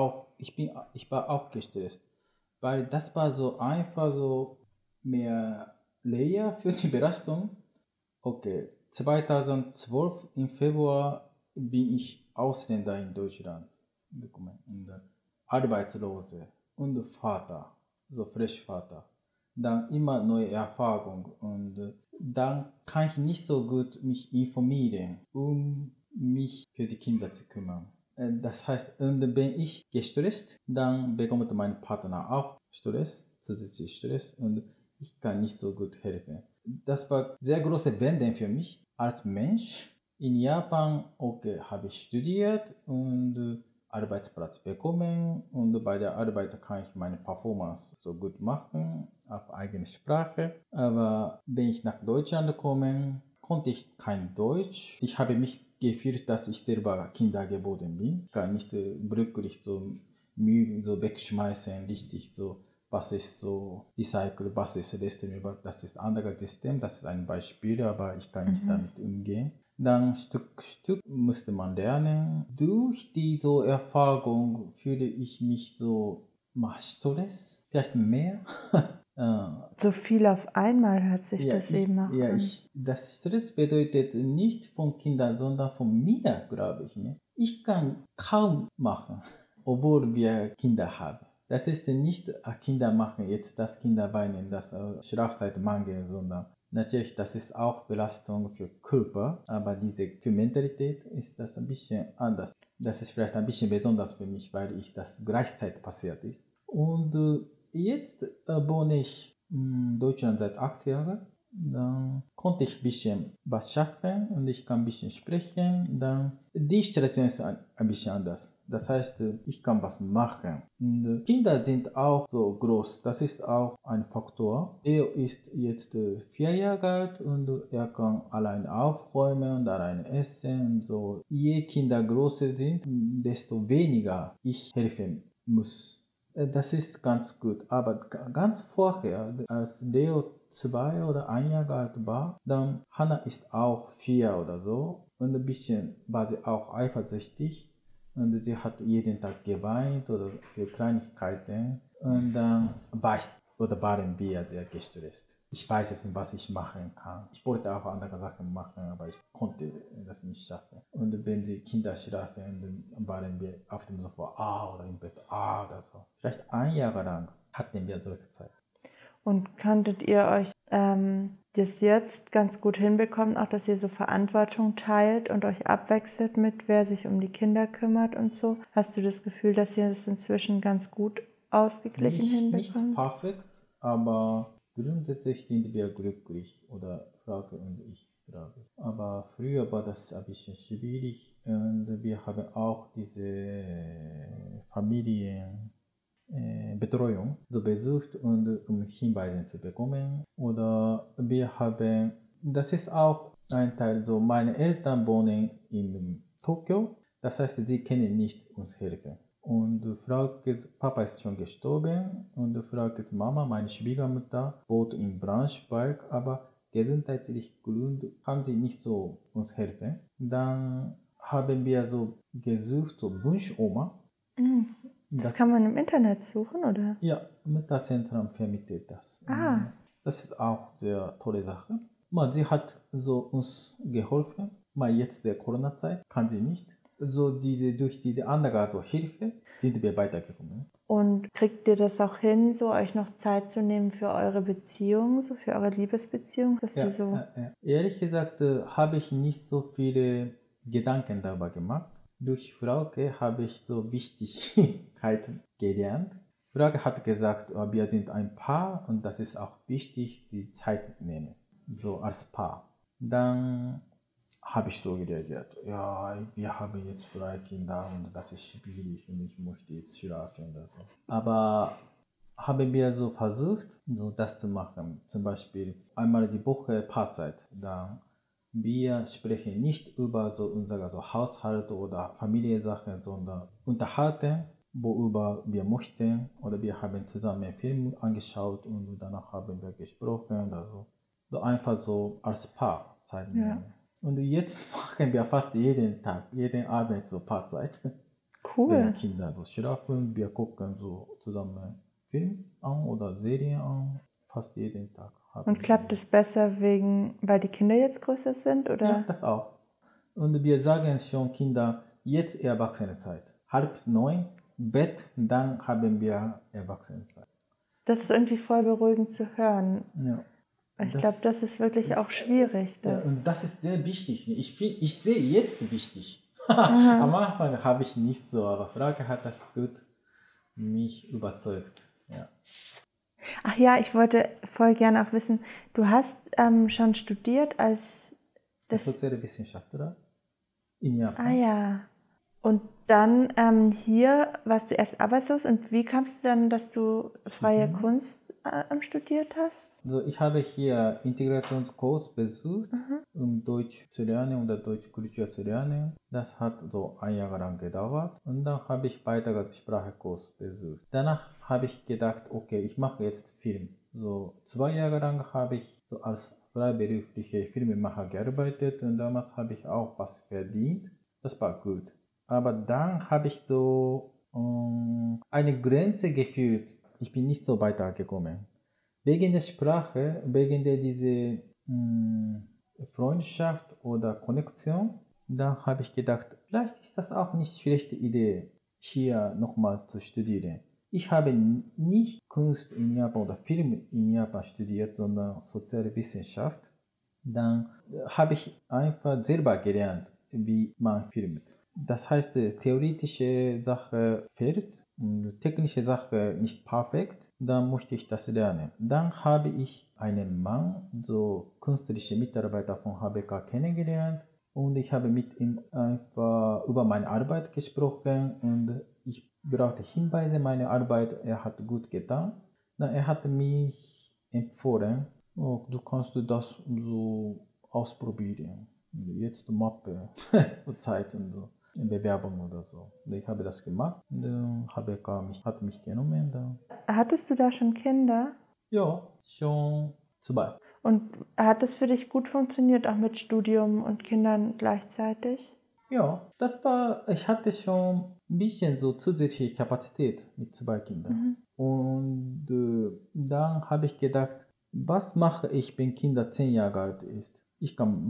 war auch gestresst. Weil das war so einfach so mehr Layer für die Belastung. Okay, 2012 im Februar bin ich Ausländer in Deutschland gekommen und Arbeitslose und Vater, so Frischvater. Dann immer neue Erfahrung und dann kann ich nicht so gut mich informieren, mich für die Kinder zu kümmern. Das heißt, und wenn ich gestresst, dann bekommt mein Partner auch Stress, zusätzlich Stress und ich kann nicht so gut helfen. Das war sehr große Wende für mich als Mensch. In Japan habe ich studiert und Arbeitsplatz bekommen und bei der Arbeit kann ich meine Performance so gut machen auf eigene Sprache. Aber wenn ich nach Deutschland komme, konnte ich kein Deutsch. Ich habe mich gefühlt, dass ich selber Kinder geboren bin. Ich kann nicht wirklich so Müll so wegschmeißen, richtig so. Was ist so Recycle, was ist Restmüll, das ist ein anderes System, das ist ein Beispiel, aber ich kann nicht damit umgehen. Dann Stück für Stück musste man lernen. Durch diese Erfahrung fühle ich mich so Stress, vielleicht mehr. So viel auf einmal hört sich das eben auch an. Das Stress bedeutet nicht von Kindern, sondern von mir, glaube ich. Ne? Ich kann kaum machen, obwohl wir Kinder haben. Das ist nicht Kinder machen, jetzt das Kinder weinen, das Schlafzeitmangel, sondern natürlich, das ist auch Belastung für Körper, aber für Mentalität ist das ein bisschen anders. Das ist vielleicht ein bisschen besonders für mich, weil das gleichzeitig passiert ist. Und jetzt wohne ich in Deutschland seit 8 Jahren. Dann konnte ich ein bisschen was schaffen und ich kann ein bisschen sprechen. Dann die Situation ist ein bisschen anders. Das heißt, ich kann was machen. Und Kinder sind auch so groß. Das ist auch ein Faktor. Er ist jetzt 4 Jahre alt und er kann allein aufräumen und allein essen und so. Je Kinder größer sind, desto weniger ich helfen muss. Das ist ganz gut. Aber ganz vorher, als Leo 2 oder 1 Jahr alt war, dann Hannah ist auch 4 oder so und ein bisschen war sie auch eifersüchtig und sie hat jeden Tag geweint oder für Kleinigkeiten und dann waren wir sehr gestresst. Ich weiß jetzt nicht, was ich machen kann. Ich wollte auch andere Sachen machen, aber ich konnte das nicht schaffen. Und wenn die Kinder schlafen, dann waren wir auf dem Sofa oder im Bett oder so. Vielleicht 1 Jahr lang hatten wir solche Zeit. Und konntet ihr euch das jetzt ganz gut hinbekommen, auch dass ihr so Verantwortung teilt und euch abwechselt mit, wer sich um die Kinder kümmert und so? Hast du das Gefühl, dass ihr das inzwischen ganz gut ausgeglichen hinbekommt? Nicht perfekt, aber grundsätzlich sind wir glücklich oder Frage und ich, glaube ich. Aber früher war das ein bisschen schwierig und wir haben auch diese Familienbetreuung so besucht und um Hinweise zu bekommen. Oder wir haben, das ist auch ein Teil, so meine Eltern wohnen in Tokio, das heißt, sie können nicht uns helfen. Und Fraukes Papa ist schon gestorben und Fraukes Mama, meine Schwiegermutter, wohnt in Braunschweig, aber gesundheitlich Gründe kann sie nicht so uns helfen. Dann haben wir so gesucht, so Wunschoma. Das kann man im Internet suchen, oder? Ja, Mutterzentrum vermittelt das. Das ist auch eine sehr tolle Sache. Sie hat so uns geholfen. Jetzt der Corona-Zeit kann sie nicht. Durch diese andere Hilfe sind wir weitergekommen. Und kriegt ihr das auch hin, so euch noch Zeit zu nehmen für eure Beziehung, so für eure Liebesbeziehung? Dass sie so Ehrlich gesagt habe ich nicht so viele Gedanken darüber gemacht. Durch Frauke habe ich so Wichtigkeit gelernt. Frauke hat gesagt, wir sind ein Paar und das ist auch wichtig, die Zeit nehmen. so als Paar. Dann habe ich so reagiert, ja, wir haben jetzt 3 Kinder und das ist schwierig und ich möchte jetzt schlafen oder so. Aber haben wir so versucht, so das zu machen. Zum Beispiel einmal die Woche Paarzeit. Dann wir sprechen nicht über so unsere so Haushalt oder Familiensachen, sondern unterhalten, worüber wir möchten. Oder wir haben zusammen einen Film angeschaut und danach haben wir gesprochen oder so. So einfach so als Paar Zeit nehmen. Ja. Und jetzt machen wir fast jeden Tag, jeden Abend so Paarzeit. Wenn Cool. Kinder so schlafen, wir gucken so zusammen Film an oder Serien an. Fast jeden Tag haben Und klappt wir es besser weil die Kinder jetzt größer sind, ja, oder? das auch. Und wir sagen schon Kinder, jetzt Erwachsenenzeit. 8:30 Bett, dann haben wir Erwachsenenzeit. Das ist irgendwie voll beruhigend zu hören. Ja. Ich glaube, das ist wirklich auch schwierig. Ja, und Das, das ist sehr wichtig. Ich sehe jetzt wichtig. Am Anfang habe ich nicht so, aber Frage hat das gut mich überzeugt. Ja. ach ja, ich wollte voll gerne auch wissen, du hast schon studiert als das. Soziale Wissenschaft, oder? In Japan. Ah ja. Und dann hier warst du erst arbeitslos und wie kamst du dann, dass du freie Kunst studiert hast? Also ich habe hier Integrationskurs besucht, um Deutsch zu lernen oder deutsche Kultur zu lernen. Das hat so 1 Jahr lang gedauert und dann habe ich weiteren Sprachkurs besucht. Danach habe ich gedacht, okay, ich mache jetzt Film. So 2 Jahre lang habe ich so als freiberuflicher Filmemacher gearbeitet und damals habe ich auch was verdient. Das war gut. Aber dann habe ich so eine Grenze gefühlt. Ich bin nicht so weitergekommen. Wegen der Sprache, wegen der diese Freundschaft oder Konnektion, da habe ich gedacht, vielleicht ist das auch nicht schlechte Idee, hier nochmal zu studieren. Ich habe nicht Kunst in Japan oder Film in Japan studiert, sondern soziale Wissenschaft. Dann habe ich einfach selber gelernt, wie man filmt. Das heißt, die theoretische Sache fehlt, und technische Sache nicht perfekt, dann möchte ich das lernen. Dann habe ich einen Mann, so künstliche Mitarbeiter von HBK kennengelernt und ich habe mit ihm einfach über meine Arbeit gesprochen und ich brauchte Hinweise meiner Arbeit, er hat gut getan. Dann er hat mich empfohlen, oh, du kannst das so ausprobieren. Jetzt Mappe und Zeit und so. Bewerbung oder so. Ich habe das gemacht und hat mich genommen. Dann. Hattest du da schon Kinder? Ja, schon 2. Und hat das für dich gut funktioniert, auch mit Studium und Kindern gleichzeitig? Ja, ich hatte schon ein bisschen so zusätzliche Kapazität mit 2 Kindern. Und dann habe ich gedacht, was mache ich, wenn Kinder 10 Jahre alt ist? Ich kann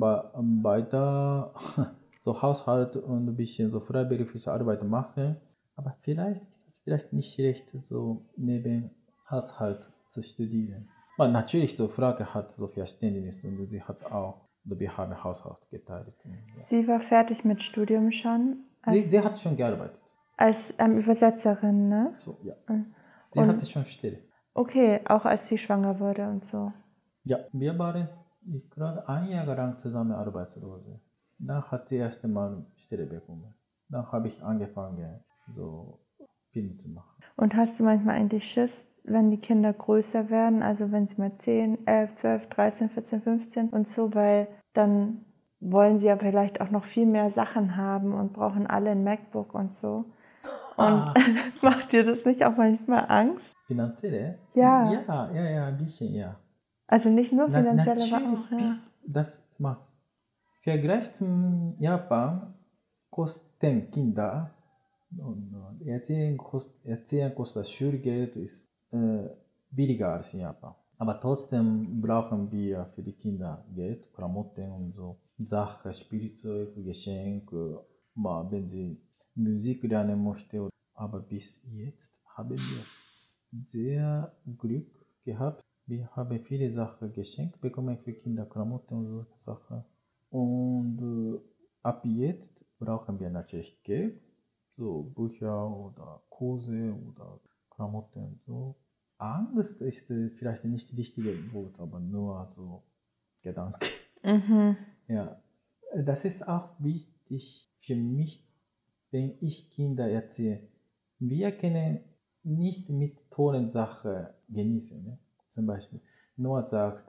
weiter so Haushalt und ein bisschen so freiberufliche Arbeit machen. Aber vielleicht ist das vielleicht nicht schlecht, so neben Haushalt zu studieren. Aber natürlich, so Frage hat so Verständnis und sie hat auch, wir haben Haushalt geteilt. Ja. Sie war fertig mit Studium schon Sie hat schon gearbeitet. als Übersetzerin, ne? So, ja. Sie hatte schon Stelle. Okay, auch als sie schwanger wurde und so. Ja, wir waren gerade 1 Jahr lang zusammen Arbeitslose. Dann hat sie erst einmal Stelle bekommen. Dann habe ich angefangen, so Filme zu machen. Und hast du manchmal eigentlich Schiss, wenn die Kinder größer werden, also wenn sie mal 10, 11, 12, 13, 14, 15 und so, weil dann wollen sie ja vielleicht auch noch viel mehr Sachen haben und brauchen alle ein MacBook und so. Und macht dir das nicht auch manchmal Angst? Finanziell? Ja. Ja, ein bisschen, ja. Also nicht nur finanziell, aber natürlich, auch, ja. das macht. Vergleich zum Japan kosten Kinder und Erziehung kostet Schulgeld ist billiger als in Japan. Aber trotzdem brauchen wir für die Kinder Geld, Klamotten und so. Sachen, Spielzeug, Geschenke, wenn sie Musik lernen möchte. Aber bis jetzt haben wir sehr Glück gehabt. Wir haben viele Sachen geschenkt bekommen für Kinder, Klamotten und so Sachen. Und ab jetzt brauchen wir natürlich Geld, so Bücher oder Kurse oder Klamotten und so. Angst ist vielleicht nicht das richtige Wort, aber nur so Gedanke. Mhm. Ja, das ist auch wichtig für mich, wenn ich Kinder erzähle. Wir können nicht mit tollen Sachen genießen. Ne? Zum Beispiel, Noah sagt,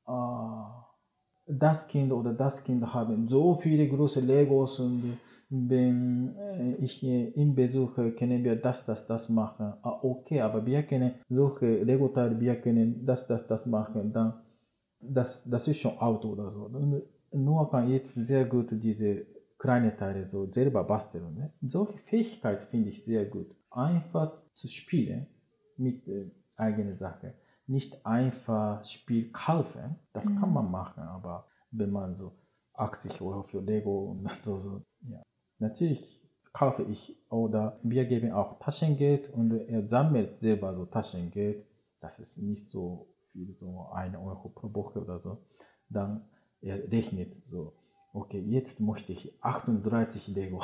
das Kind oder das Kind haben so viele große Legos und wenn ich ihn besuche, können wir das machen. Okay, aber wir können solche Lego-Teile, wir können das machen, dann das ist schon out oder so. Und Noah kann jetzt sehr gut diese kleinen Teile so selber basteln. Ne? Solche Fähigkeit finde ich sehr gut. Einfach zu spielen mit eigenen Sachen. Nicht einfach Spiel kaufen, das kann man machen, aber wenn man so 80 € für Lego und so, ja. Natürlich kaufe ich oder wir geben auch Taschengeld und er sammelt selber so Taschengeld. Das ist nicht so viel, so 1 € pro Woche oder so. Dann er rechnet so, okay, jetzt möchte ich 38 Lego,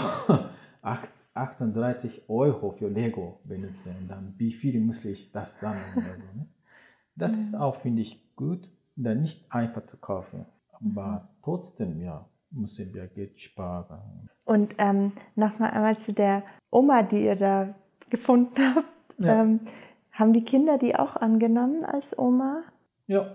38 € für Lego benutzen. Dann wie viel muss ich das sammeln oder so. Ne? Das ist auch, finde ich, gut, da nicht einfach zu kaufen. Aber trotzdem, ja, müssen wir Geld sparen. Und nochmal einmal zu der Oma, die ihr da gefunden habt. Ja. Haben die Kinder die auch angenommen als Oma? Ja,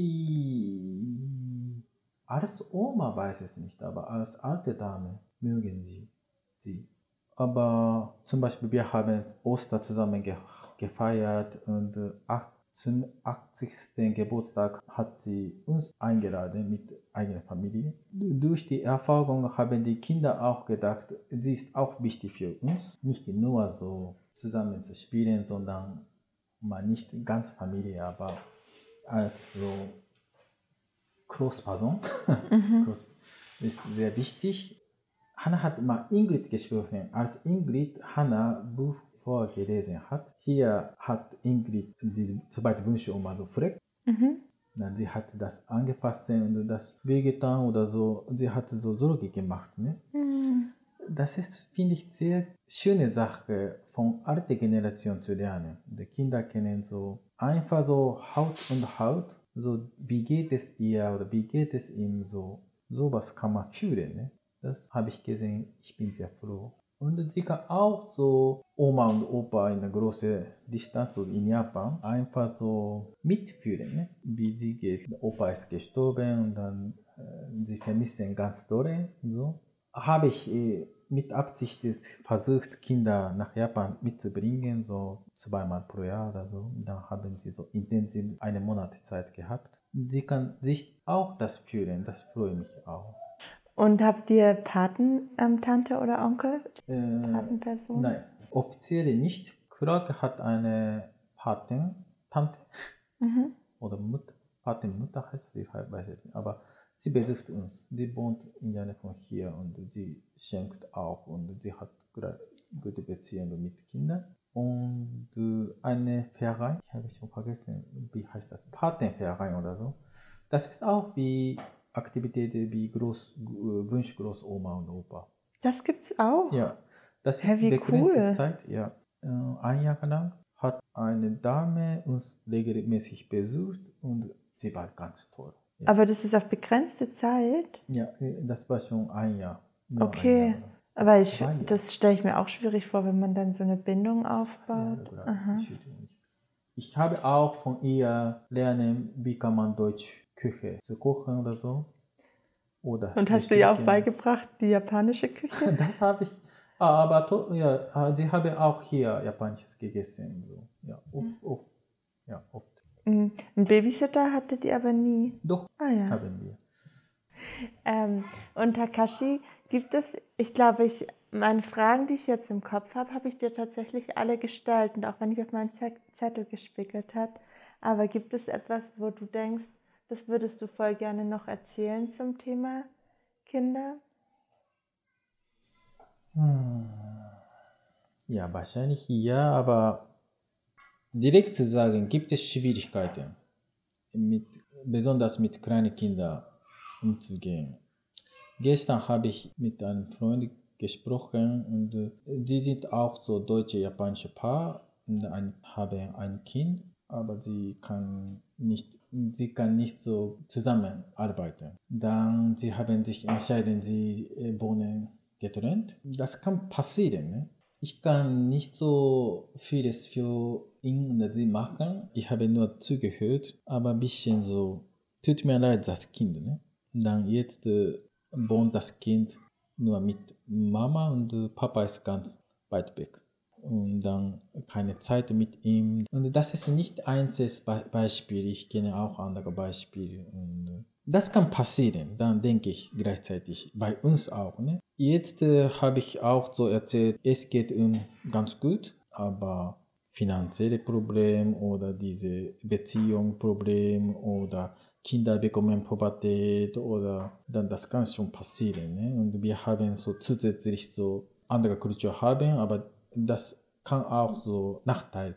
als Oma weiß ich nicht, aber als alte Dame mögen sie. Aber zum Beispiel, wir haben Ostern zusammen gefeiert und zum 80. Geburtstag hat sie uns eingeladen mit eigener Familie. Durch die Erfahrung haben die Kinder auch gedacht, sie ist auch wichtig für uns. Nicht nur so zusammen zu spielen, sondern mal nicht ganz Familie, aber als so Großperson. Ist sehr wichtig. Hannah hat mal Ingrid gesprochen. Als Ingrid Hannah Buch vorgelesen hat, hier hat Ingrid die zweite Wünsche um also fragt. Dann sie hat das angefasst und das wehgetan oder so. Sie hat so Sorge gemacht. Ne? Das ist, finde ich, sehr schöne Sache von alter Generation zu lernen. Die Kinder kennen so einfach so Haut und Haut, so wie geht es ihr oder wie geht es ihm so. Sowas kann man fühlen. Ne? Das habe ich gesehen. Ich bin sehr froh. Und sie kann auch so Oma und Opa in einer großen Distanz, so in Japan, einfach so mitfühlen, ne? Wie sie geht. Der Opa ist gestorben und dann sie vermissen ganz doll. So. Habe ich mit Absicht versucht, Kinder nach Japan mitzubringen, so 2-mal pro Jahr oder so. Da haben sie so intensiv 1 Monat Zeit gehabt. Sie kann sich auch das fühlen, das freut mich auch. Und habt ihr Patentante oder Onkel? Patenperson? Nein, offiziell nicht. Krake hat eine Patentante oder Mutter. Patenmutter heißt das, ich weiß es nicht. Aber sie besucht uns. Sie wohnt in der Nähe von hier und sie schenkt auch und sie hat gute Beziehungen mit Kindern. Und eine Verein, ich habe schon vergessen, wie heißt das? Patenverein oder so. Das ist auch wie Aktivitäten wie Wunsch Großoma und Opa. Das gibt's auch? Ja, das ist wie begrenzte cool. Zeit. Ja, 1 Jahr lang hat eine Dame uns regelmäßig besucht und sie war ganz toll. Ja. Aber das ist auf begrenzte Zeit? Ja, das war schon 1 Jahr. Nur Okay, 1 Jahr. aber 2 Jahre. das stelle ich mir auch schwierig vor, wenn man dann so eine Bindung 2 aufbaut. Jahre, ich habe auch von ihr lernen, wie kann man Deutsch Küche zu kochen oder so. Oder Und hast du ihr auch beigebracht, die japanische Küche? Das habe ich, aber ja, sie habe auch hier Japanisches gegessen. So. Ja, oft. Einen Babysitter hattet ihr aber nie. Doch, ja. haben wir. Und Takashi, gibt es, ich glaube, meine Fragen, die ich jetzt im Kopf habe ich dir tatsächlich alle gestellt. Und auch wenn ich auf meinen Zettel gespickelt habe. Aber gibt es etwas, wo du denkst, das würdest du voll gerne noch erzählen zum Thema Kinder? Ja, wahrscheinlich ja, aber direkt zu sagen, gibt es Schwierigkeiten, besonders mit kleinen Kindern umzugehen. Gestern habe ich mit einem Freund gesprochen und sie sind auch so deutsche-japanische Paar und haben ein Kind. aber sie kann nicht so zusammenarbeiten. Dann sie haben sich entschieden, sie wohnen getrennt. Das kann passieren. Ne? Ich kann nicht so vieles für ihn oder sie machen. Ich habe nur zugehört, aber ein bisschen so, tut mir leid, das Kind. Ne? Dann jetzt wohnt das Kind nur mit Mama und Papa ist ganz weit weg. Und dann keine Zeit mit ihm. Und das ist nicht einziges Beispiel. Ich kenne auch andere Beispiele. Und das kann passieren, dann denke ich gleichzeitig. Bei uns auch. Ne? Jetzt habe ich auch so erzählt, es geht ganz gut, aber finanzielle Problem oder diese Beziehungsproblem oder Kinder bekommen Pubertät oder dann das kann schon passieren. Ne? Und wir haben so zusätzlich so andere Kultur haben, aber das kann auch so Nachteile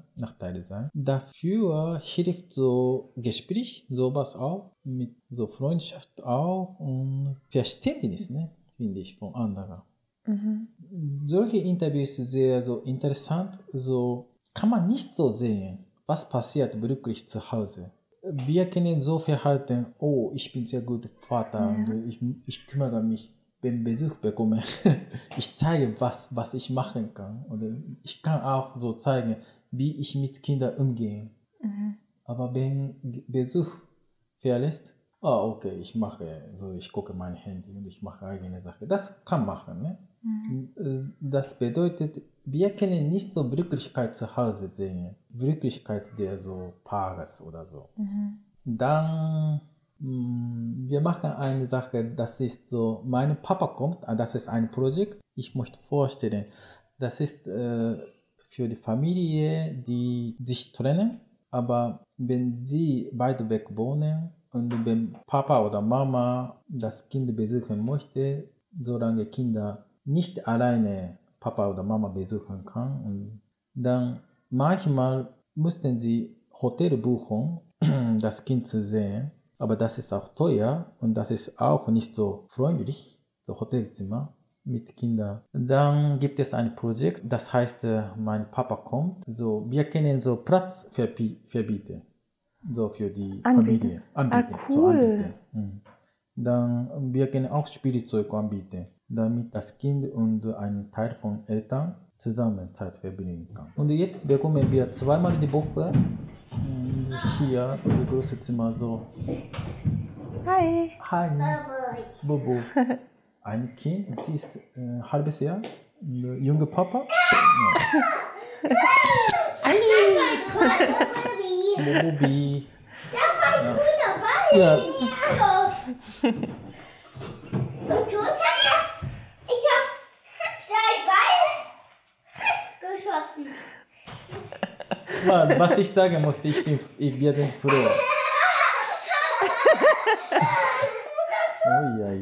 sein. Dafür hilft so Gespräch, sowas auch, mit so Freundschaft auch und Verständnis, ne, finde ich, von anderen. Solche Interviews sind sehr so interessant, so kann man nicht so sehen, was passiert wirklich zu Hause. Wir können so verhalten, oh, ich bin sehr guter Vater und ich kümmere mich, wenn Besuch bekomme. Ich zeige, was ich machen kann. Oder ich kann auch so zeigen, wie ich mit Kindern umgehe. Aber wenn Besuch verlässt, okay, ich gucke mein Handy und ich mache eigene Sache. Das kann machen, ne? Das bedeutet, wir können nicht so Wirklichkeit zu Hause sehen. Wirklichkeit der so Paares oder so. Dann, wir machen eine Sache, das ist so, mein Papa kommt, das ist ein Projekt, ich möchte vorstellen, das ist für die Familie, die sich trennen, aber wenn sie weit weg wohnen und wenn Papa oder Mama das Kind besuchen möchte, solange Kinder nicht alleine Papa oder Mama besuchen kann, und dann manchmal mussten sie Hotel buchen, das Kind zu sehen, aber das ist auch teuer und das ist auch nicht so freundlich, so Hotelzimmer mit Kindern. Dann gibt es ein Projekt, das heißt, mein Papa kommt, so wir können so Platz verbieten, so für die Familie anbieten. Cool. So anbieten. Dann wir können auch Spielzeug anbieten, damit das Kind und ein Teil von Eltern zusammen Zeit verbringen kann. Und jetzt bekommen wir zweimal die Woche hier in das große Zimmer so. Hi. Hi, Bobo. Ein Kind, sie ist ein halbes Jahr, ein junger Papa. Bobi. Ja. Ich habe 3 Ball geschossen. Was ich sagen möchte, wir sind froh. Oh, ja.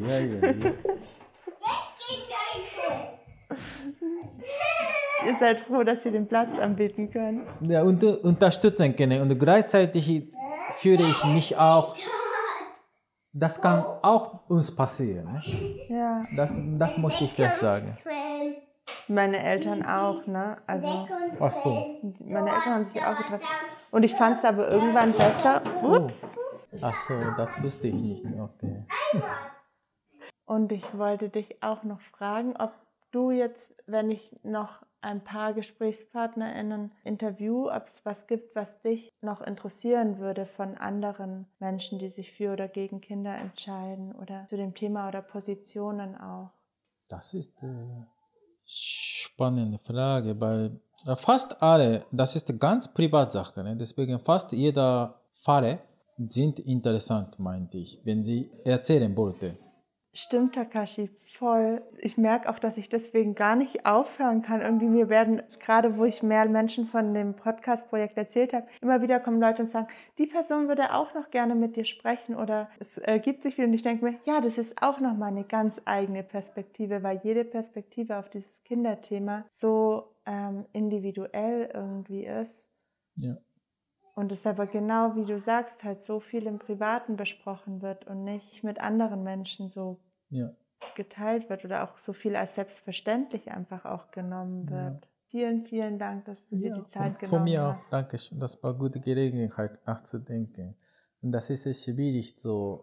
Ihr seid froh, dass ihr den Platz anbieten könnt. Ja, und unterstützen können. Und gleichzeitig fühle ich mich auch. Das kann auch uns passieren. Ne? Ja. Das möchte ich vielleicht sagen. Meine Eltern auch, ne? Also Ach so. meine Eltern haben sich auch getroffen. Und ich fand es aber irgendwann besser. Ups. Ach so, das wusste ich nicht. Okay. Und ich wollte dich auch noch fragen, ob du jetzt, wenn ich noch ein paar GesprächspartnerInnen interview, ob es was gibt, was dich noch interessieren würde von anderen Menschen, die sich für oder gegen Kinder entscheiden oder zu dem Thema oder Positionen auch. Das ist eine spannende Frage, weil fast alle, das ist eine ganz Privatsache, ne? Deswegen fast jeder Fall sind interessant, meinte ich, wenn sie erzählen wollte. Stimmt, Takashi, voll. Ich merke auch, dass ich deswegen gar nicht aufhören kann. Irgendwie mir werden, gerade wo ich mehr Menschen von dem Podcast-Projekt erzählt habe, immer wieder kommen Leute und sagen, die Person würde auch noch gerne mit dir sprechen oder es ergibt sich wieder und ich denke mir, ja, das ist auch nochmal eine ganz eigene Perspektive, weil jede Perspektive auf dieses Kinderthema so individuell irgendwie ist. Ja. Und es aber genau, wie du sagst, halt so viel im Privaten besprochen wird und nicht mit anderen Menschen so geteilt wird oder auch so viel als selbstverständlich einfach auch genommen wird. vielen, vielen Dank, dass du dir die Zeit von genommen mir hast. auch, danke schön. Das war eine gute Gelegenheit nachzudenken. Und das ist schwierig, so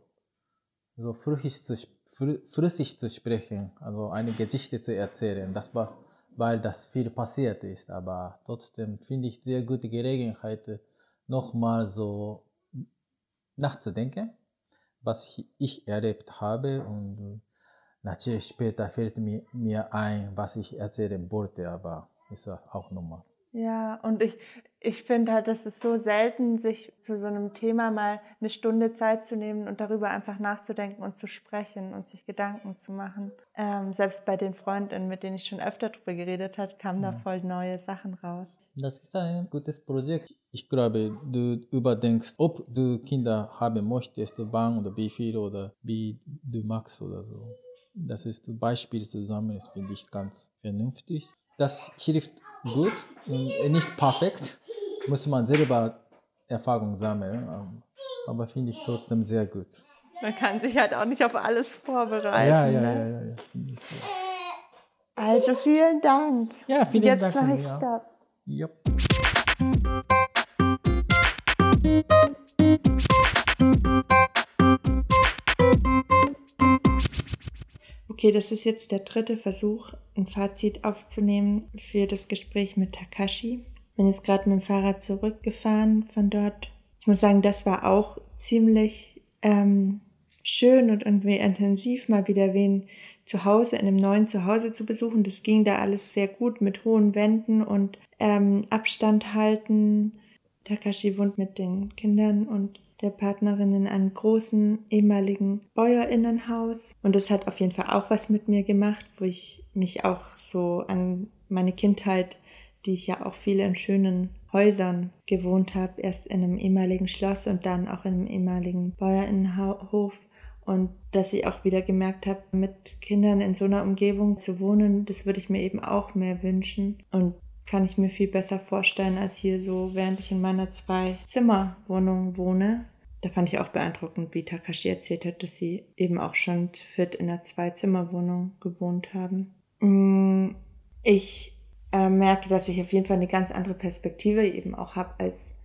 flüssig zu sprechen, also eine Geschichte zu erzählen. Das war, weil das viel passiert ist. Aber trotzdem finde ich sehr gute Gelegenheit, nochmal so nachzudenken, was ich erlebt habe. Und natürlich später fällt mir ein, was ich erzählen wollte, aber ist das auch normal. Ja, und ich finde halt, das ist so selten, sich zu so einem Thema mal eine Stunde Zeit zu nehmen und darüber einfach nachzudenken und zu sprechen und sich Gedanken zu machen. Selbst bei den Freundinnen, mit denen ich schon öfter drüber geredet habe, kamen da voll neue Sachen raus. Das ist ein gutes Projekt. Ich glaube, du überdenkst, ob du Kinder haben möchtest, wann oder wie viel oder wie du magst oder so. Das ist ein Beispiel zusammen, das finde ich ganz vernünftig. Das hilft gut und nicht perfekt, muss man selber Erfahrung sammeln, aber finde ich trotzdem sehr gut. Man kann sich halt auch nicht auf alles vorbereiten. Ja. Ne? Also vielen Dank. Ja, vielen Jetzt Dank. Jetzt mache ich Stopp. Ja. Okay, das ist jetzt der 3. Versuch, ein Fazit aufzunehmen für das Gespräch mit Takashi. Bin jetzt gerade mit dem Fahrrad zurückgefahren von dort. Ich muss sagen, das war auch ziemlich schön und irgendwie intensiv, mal wieder wen zu Hause, in einem neuen Zuhause zu besuchen. Das ging da alles sehr gut mit hohen Wänden und Abstand halten. Takashi wohnt mit den Kindern und der Partnerin in einem großen ehemaligen Bäuerinnenhaus. Und das hat auf jeden Fall auch was mit mir gemacht, wo ich mich auch so an meine Kindheit, die ich ja auch viel in schönen Häusern gewohnt habe, erst in einem ehemaligen Schloss und dann auch in einem ehemaligen Bäuerinnenhof. Und dass ich auch wieder gemerkt habe, mit Kindern in so einer Umgebung zu wohnen, das würde ich mir eben auch mehr wünschen. Und kann ich mir viel besser vorstellen als hier so, während ich in meiner 2-Zimmer-Wohnung wohne. Da fand ich auch beeindruckend, wie Takashi erzählt hat, dass sie eben auch schon zu viert in einer 2-Zimmer-Wohnung gewohnt haben. Ich merke, dass ich auf jeden Fall eine ganz andere Perspektive eben auch habe als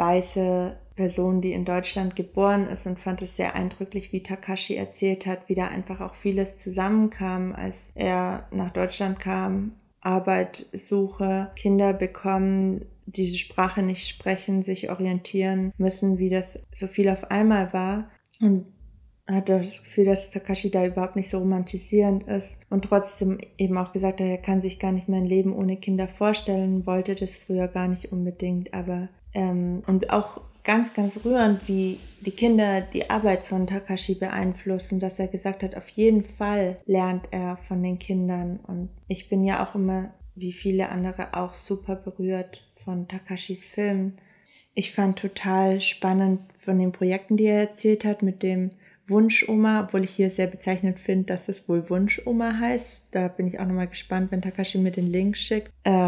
weiße Person, die in Deutschland geboren ist, und fand es sehr eindrücklich, wie Takashi erzählt hat, wie da einfach auch vieles zusammenkam, als er nach Deutschland kam. Arbeit suche, Kinder bekommen, diese Sprache nicht sprechen, sich orientieren müssen, wie das so viel auf einmal war. Und hatte das Gefühl, dass Takashi da überhaupt nicht so romantisierend ist und trotzdem eben auch gesagt hat, er kann sich gar nicht mehr ein Leben ohne Kinder vorstellen, wollte das früher gar nicht unbedingt, aber und auch ganz, ganz rührend, wie die Kinder die Arbeit von Takashi beeinflussen, dass er gesagt hat, auf jeden Fall lernt er von den Kindern. Und ich bin ja auch immer, wie viele andere, auch super berührt von Takashis Filmen. Ich fand total spannend von den Projekten, die er erzählt hat, mit dem Wunschoma, obwohl ich hier sehr bezeichnend finde, dass es wohl Wunschoma heißt. Da bin ich auch nochmal gespannt, wenn Takashi mir den Link schickt.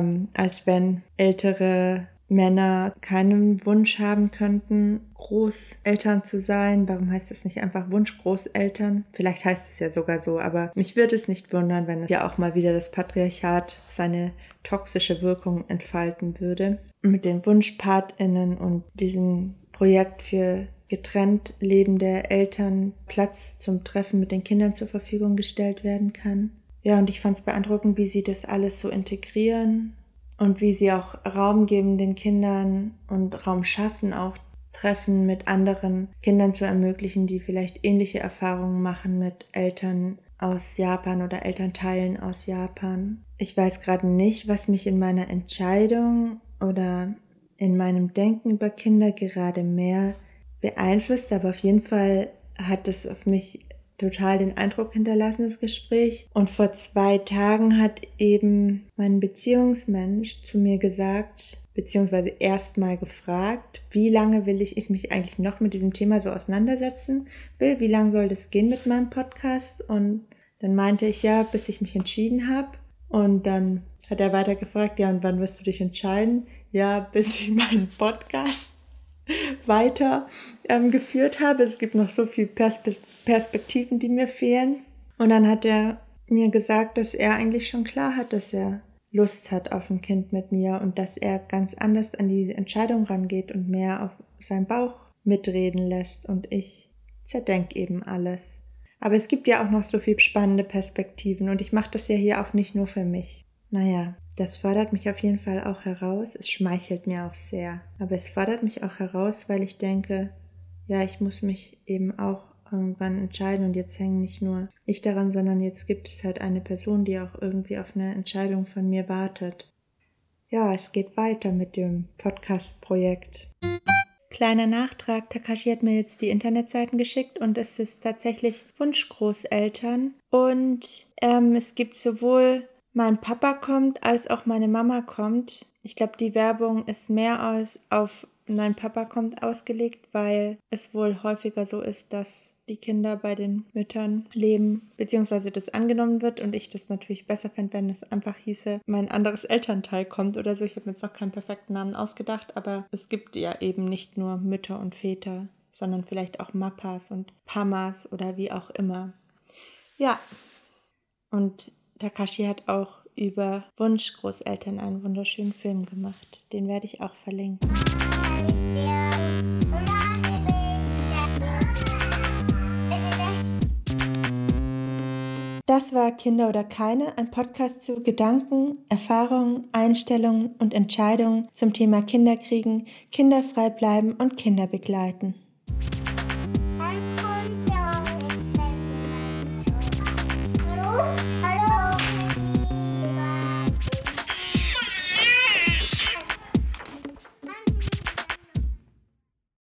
Als wenn ältere Männer keinen Wunsch haben könnten, Großeltern zu sein. Warum heißt das nicht einfach Wunschgroßeltern? Vielleicht heißt es ja sogar so, aber mich würde es nicht wundern, wenn es ja auch mal wieder das Patriarchat seine toxische Wirkung entfalten würde. Mit den WunschpartInnen und diesem Projekt für getrennt lebende Eltern Platz zum Treffen mit den Kindern zur Verfügung gestellt werden kann. Ja, und ich fand es beeindruckend, wie sie das alles so integrieren. Und wie sie auch Raum geben den Kindern und Raum schaffen, auch Treffen mit anderen Kindern zu ermöglichen, die vielleicht ähnliche Erfahrungen machen mit Eltern aus Japan oder Elternteilen aus Japan. Ich weiß gerade nicht, was mich in meiner Entscheidung oder in meinem Denken über Kinder gerade mehr beeinflusst, aber auf jeden Fall hat es auf mich total den Eindruck hinterlassen, das Gespräch. Und vor 2 Tagen hat eben mein Beziehungsmensch zu mir gesagt, beziehungsweise erstmal gefragt, wie lange will ich mich eigentlich noch mit diesem Thema so auseinandersetzen will, wie lange soll das gehen mit meinem Podcast? Und dann meinte ich, ja, bis ich mich entschieden habe. Und dann hat er weiter gefragt, ja, und wann wirst du dich entscheiden? Ja, bis ich meinen Podcast weiter geführt habe. Es gibt noch so viele Perspektiven, die mir fehlen. Und dann hat er mir gesagt, dass er eigentlich schon klar hat, dass er Lust hat auf ein Kind mit mir und dass er ganz anders an die Entscheidung rangeht und mehr auf seinen Bauch mitreden lässt und ich zerdenke eben alles. Aber es gibt ja auch noch so viel spannende Perspektiven und ich mache das ja hier auch nicht nur für mich. Naja, das fordert mich auf jeden Fall auch heraus. Es schmeichelt mir auch sehr. Aber es fordert mich auch heraus, weil ich denke, ja, ich muss mich eben auch irgendwann entscheiden und jetzt hänge nicht nur ich daran, sondern jetzt gibt es halt eine Person, die auch irgendwie auf eine Entscheidung von mir wartet. Ja, es geht weiter mit dem Podcast-Projekt. Kleiner Nachtrag, Takashi hat mir jetzt die Internetseiten geschickt und es ist tatsächlich Wunschgroßeltern und es gibt sowohl mein Papa kommt als auch meine Mama kommt. Ich glaube, die Werbung ist mehr auf mein Papa kommt ausgelegt, weil es wohl häufiger so ist, dass die Kinder bei den Müttern leben, beziehungsweise das angenommen wird und ich das natürlich besser fände, wenn es einfach hieße, mein anderes Elternteil kommt oder so. Ich habe mir jetzt noch keinen perfekten Namen ausgedacht, aber es gibt ja eben nicht nur Mütter und Väter, sondern vielleicht auch Mappas und Pamas oder wie auch immer. Ja, und Takashi hat auch über Wunschgroßeltern einen wunderschönen Film gemacht. Den werde ich auch verlinken. Das war Kinder oder keine, ein Podcast zu Gedanken, Erfahrungen, Einstellungen und Entscheidungen zum Thema Kinderkriegen, kinderfrei bleiben und Kinder begleiten.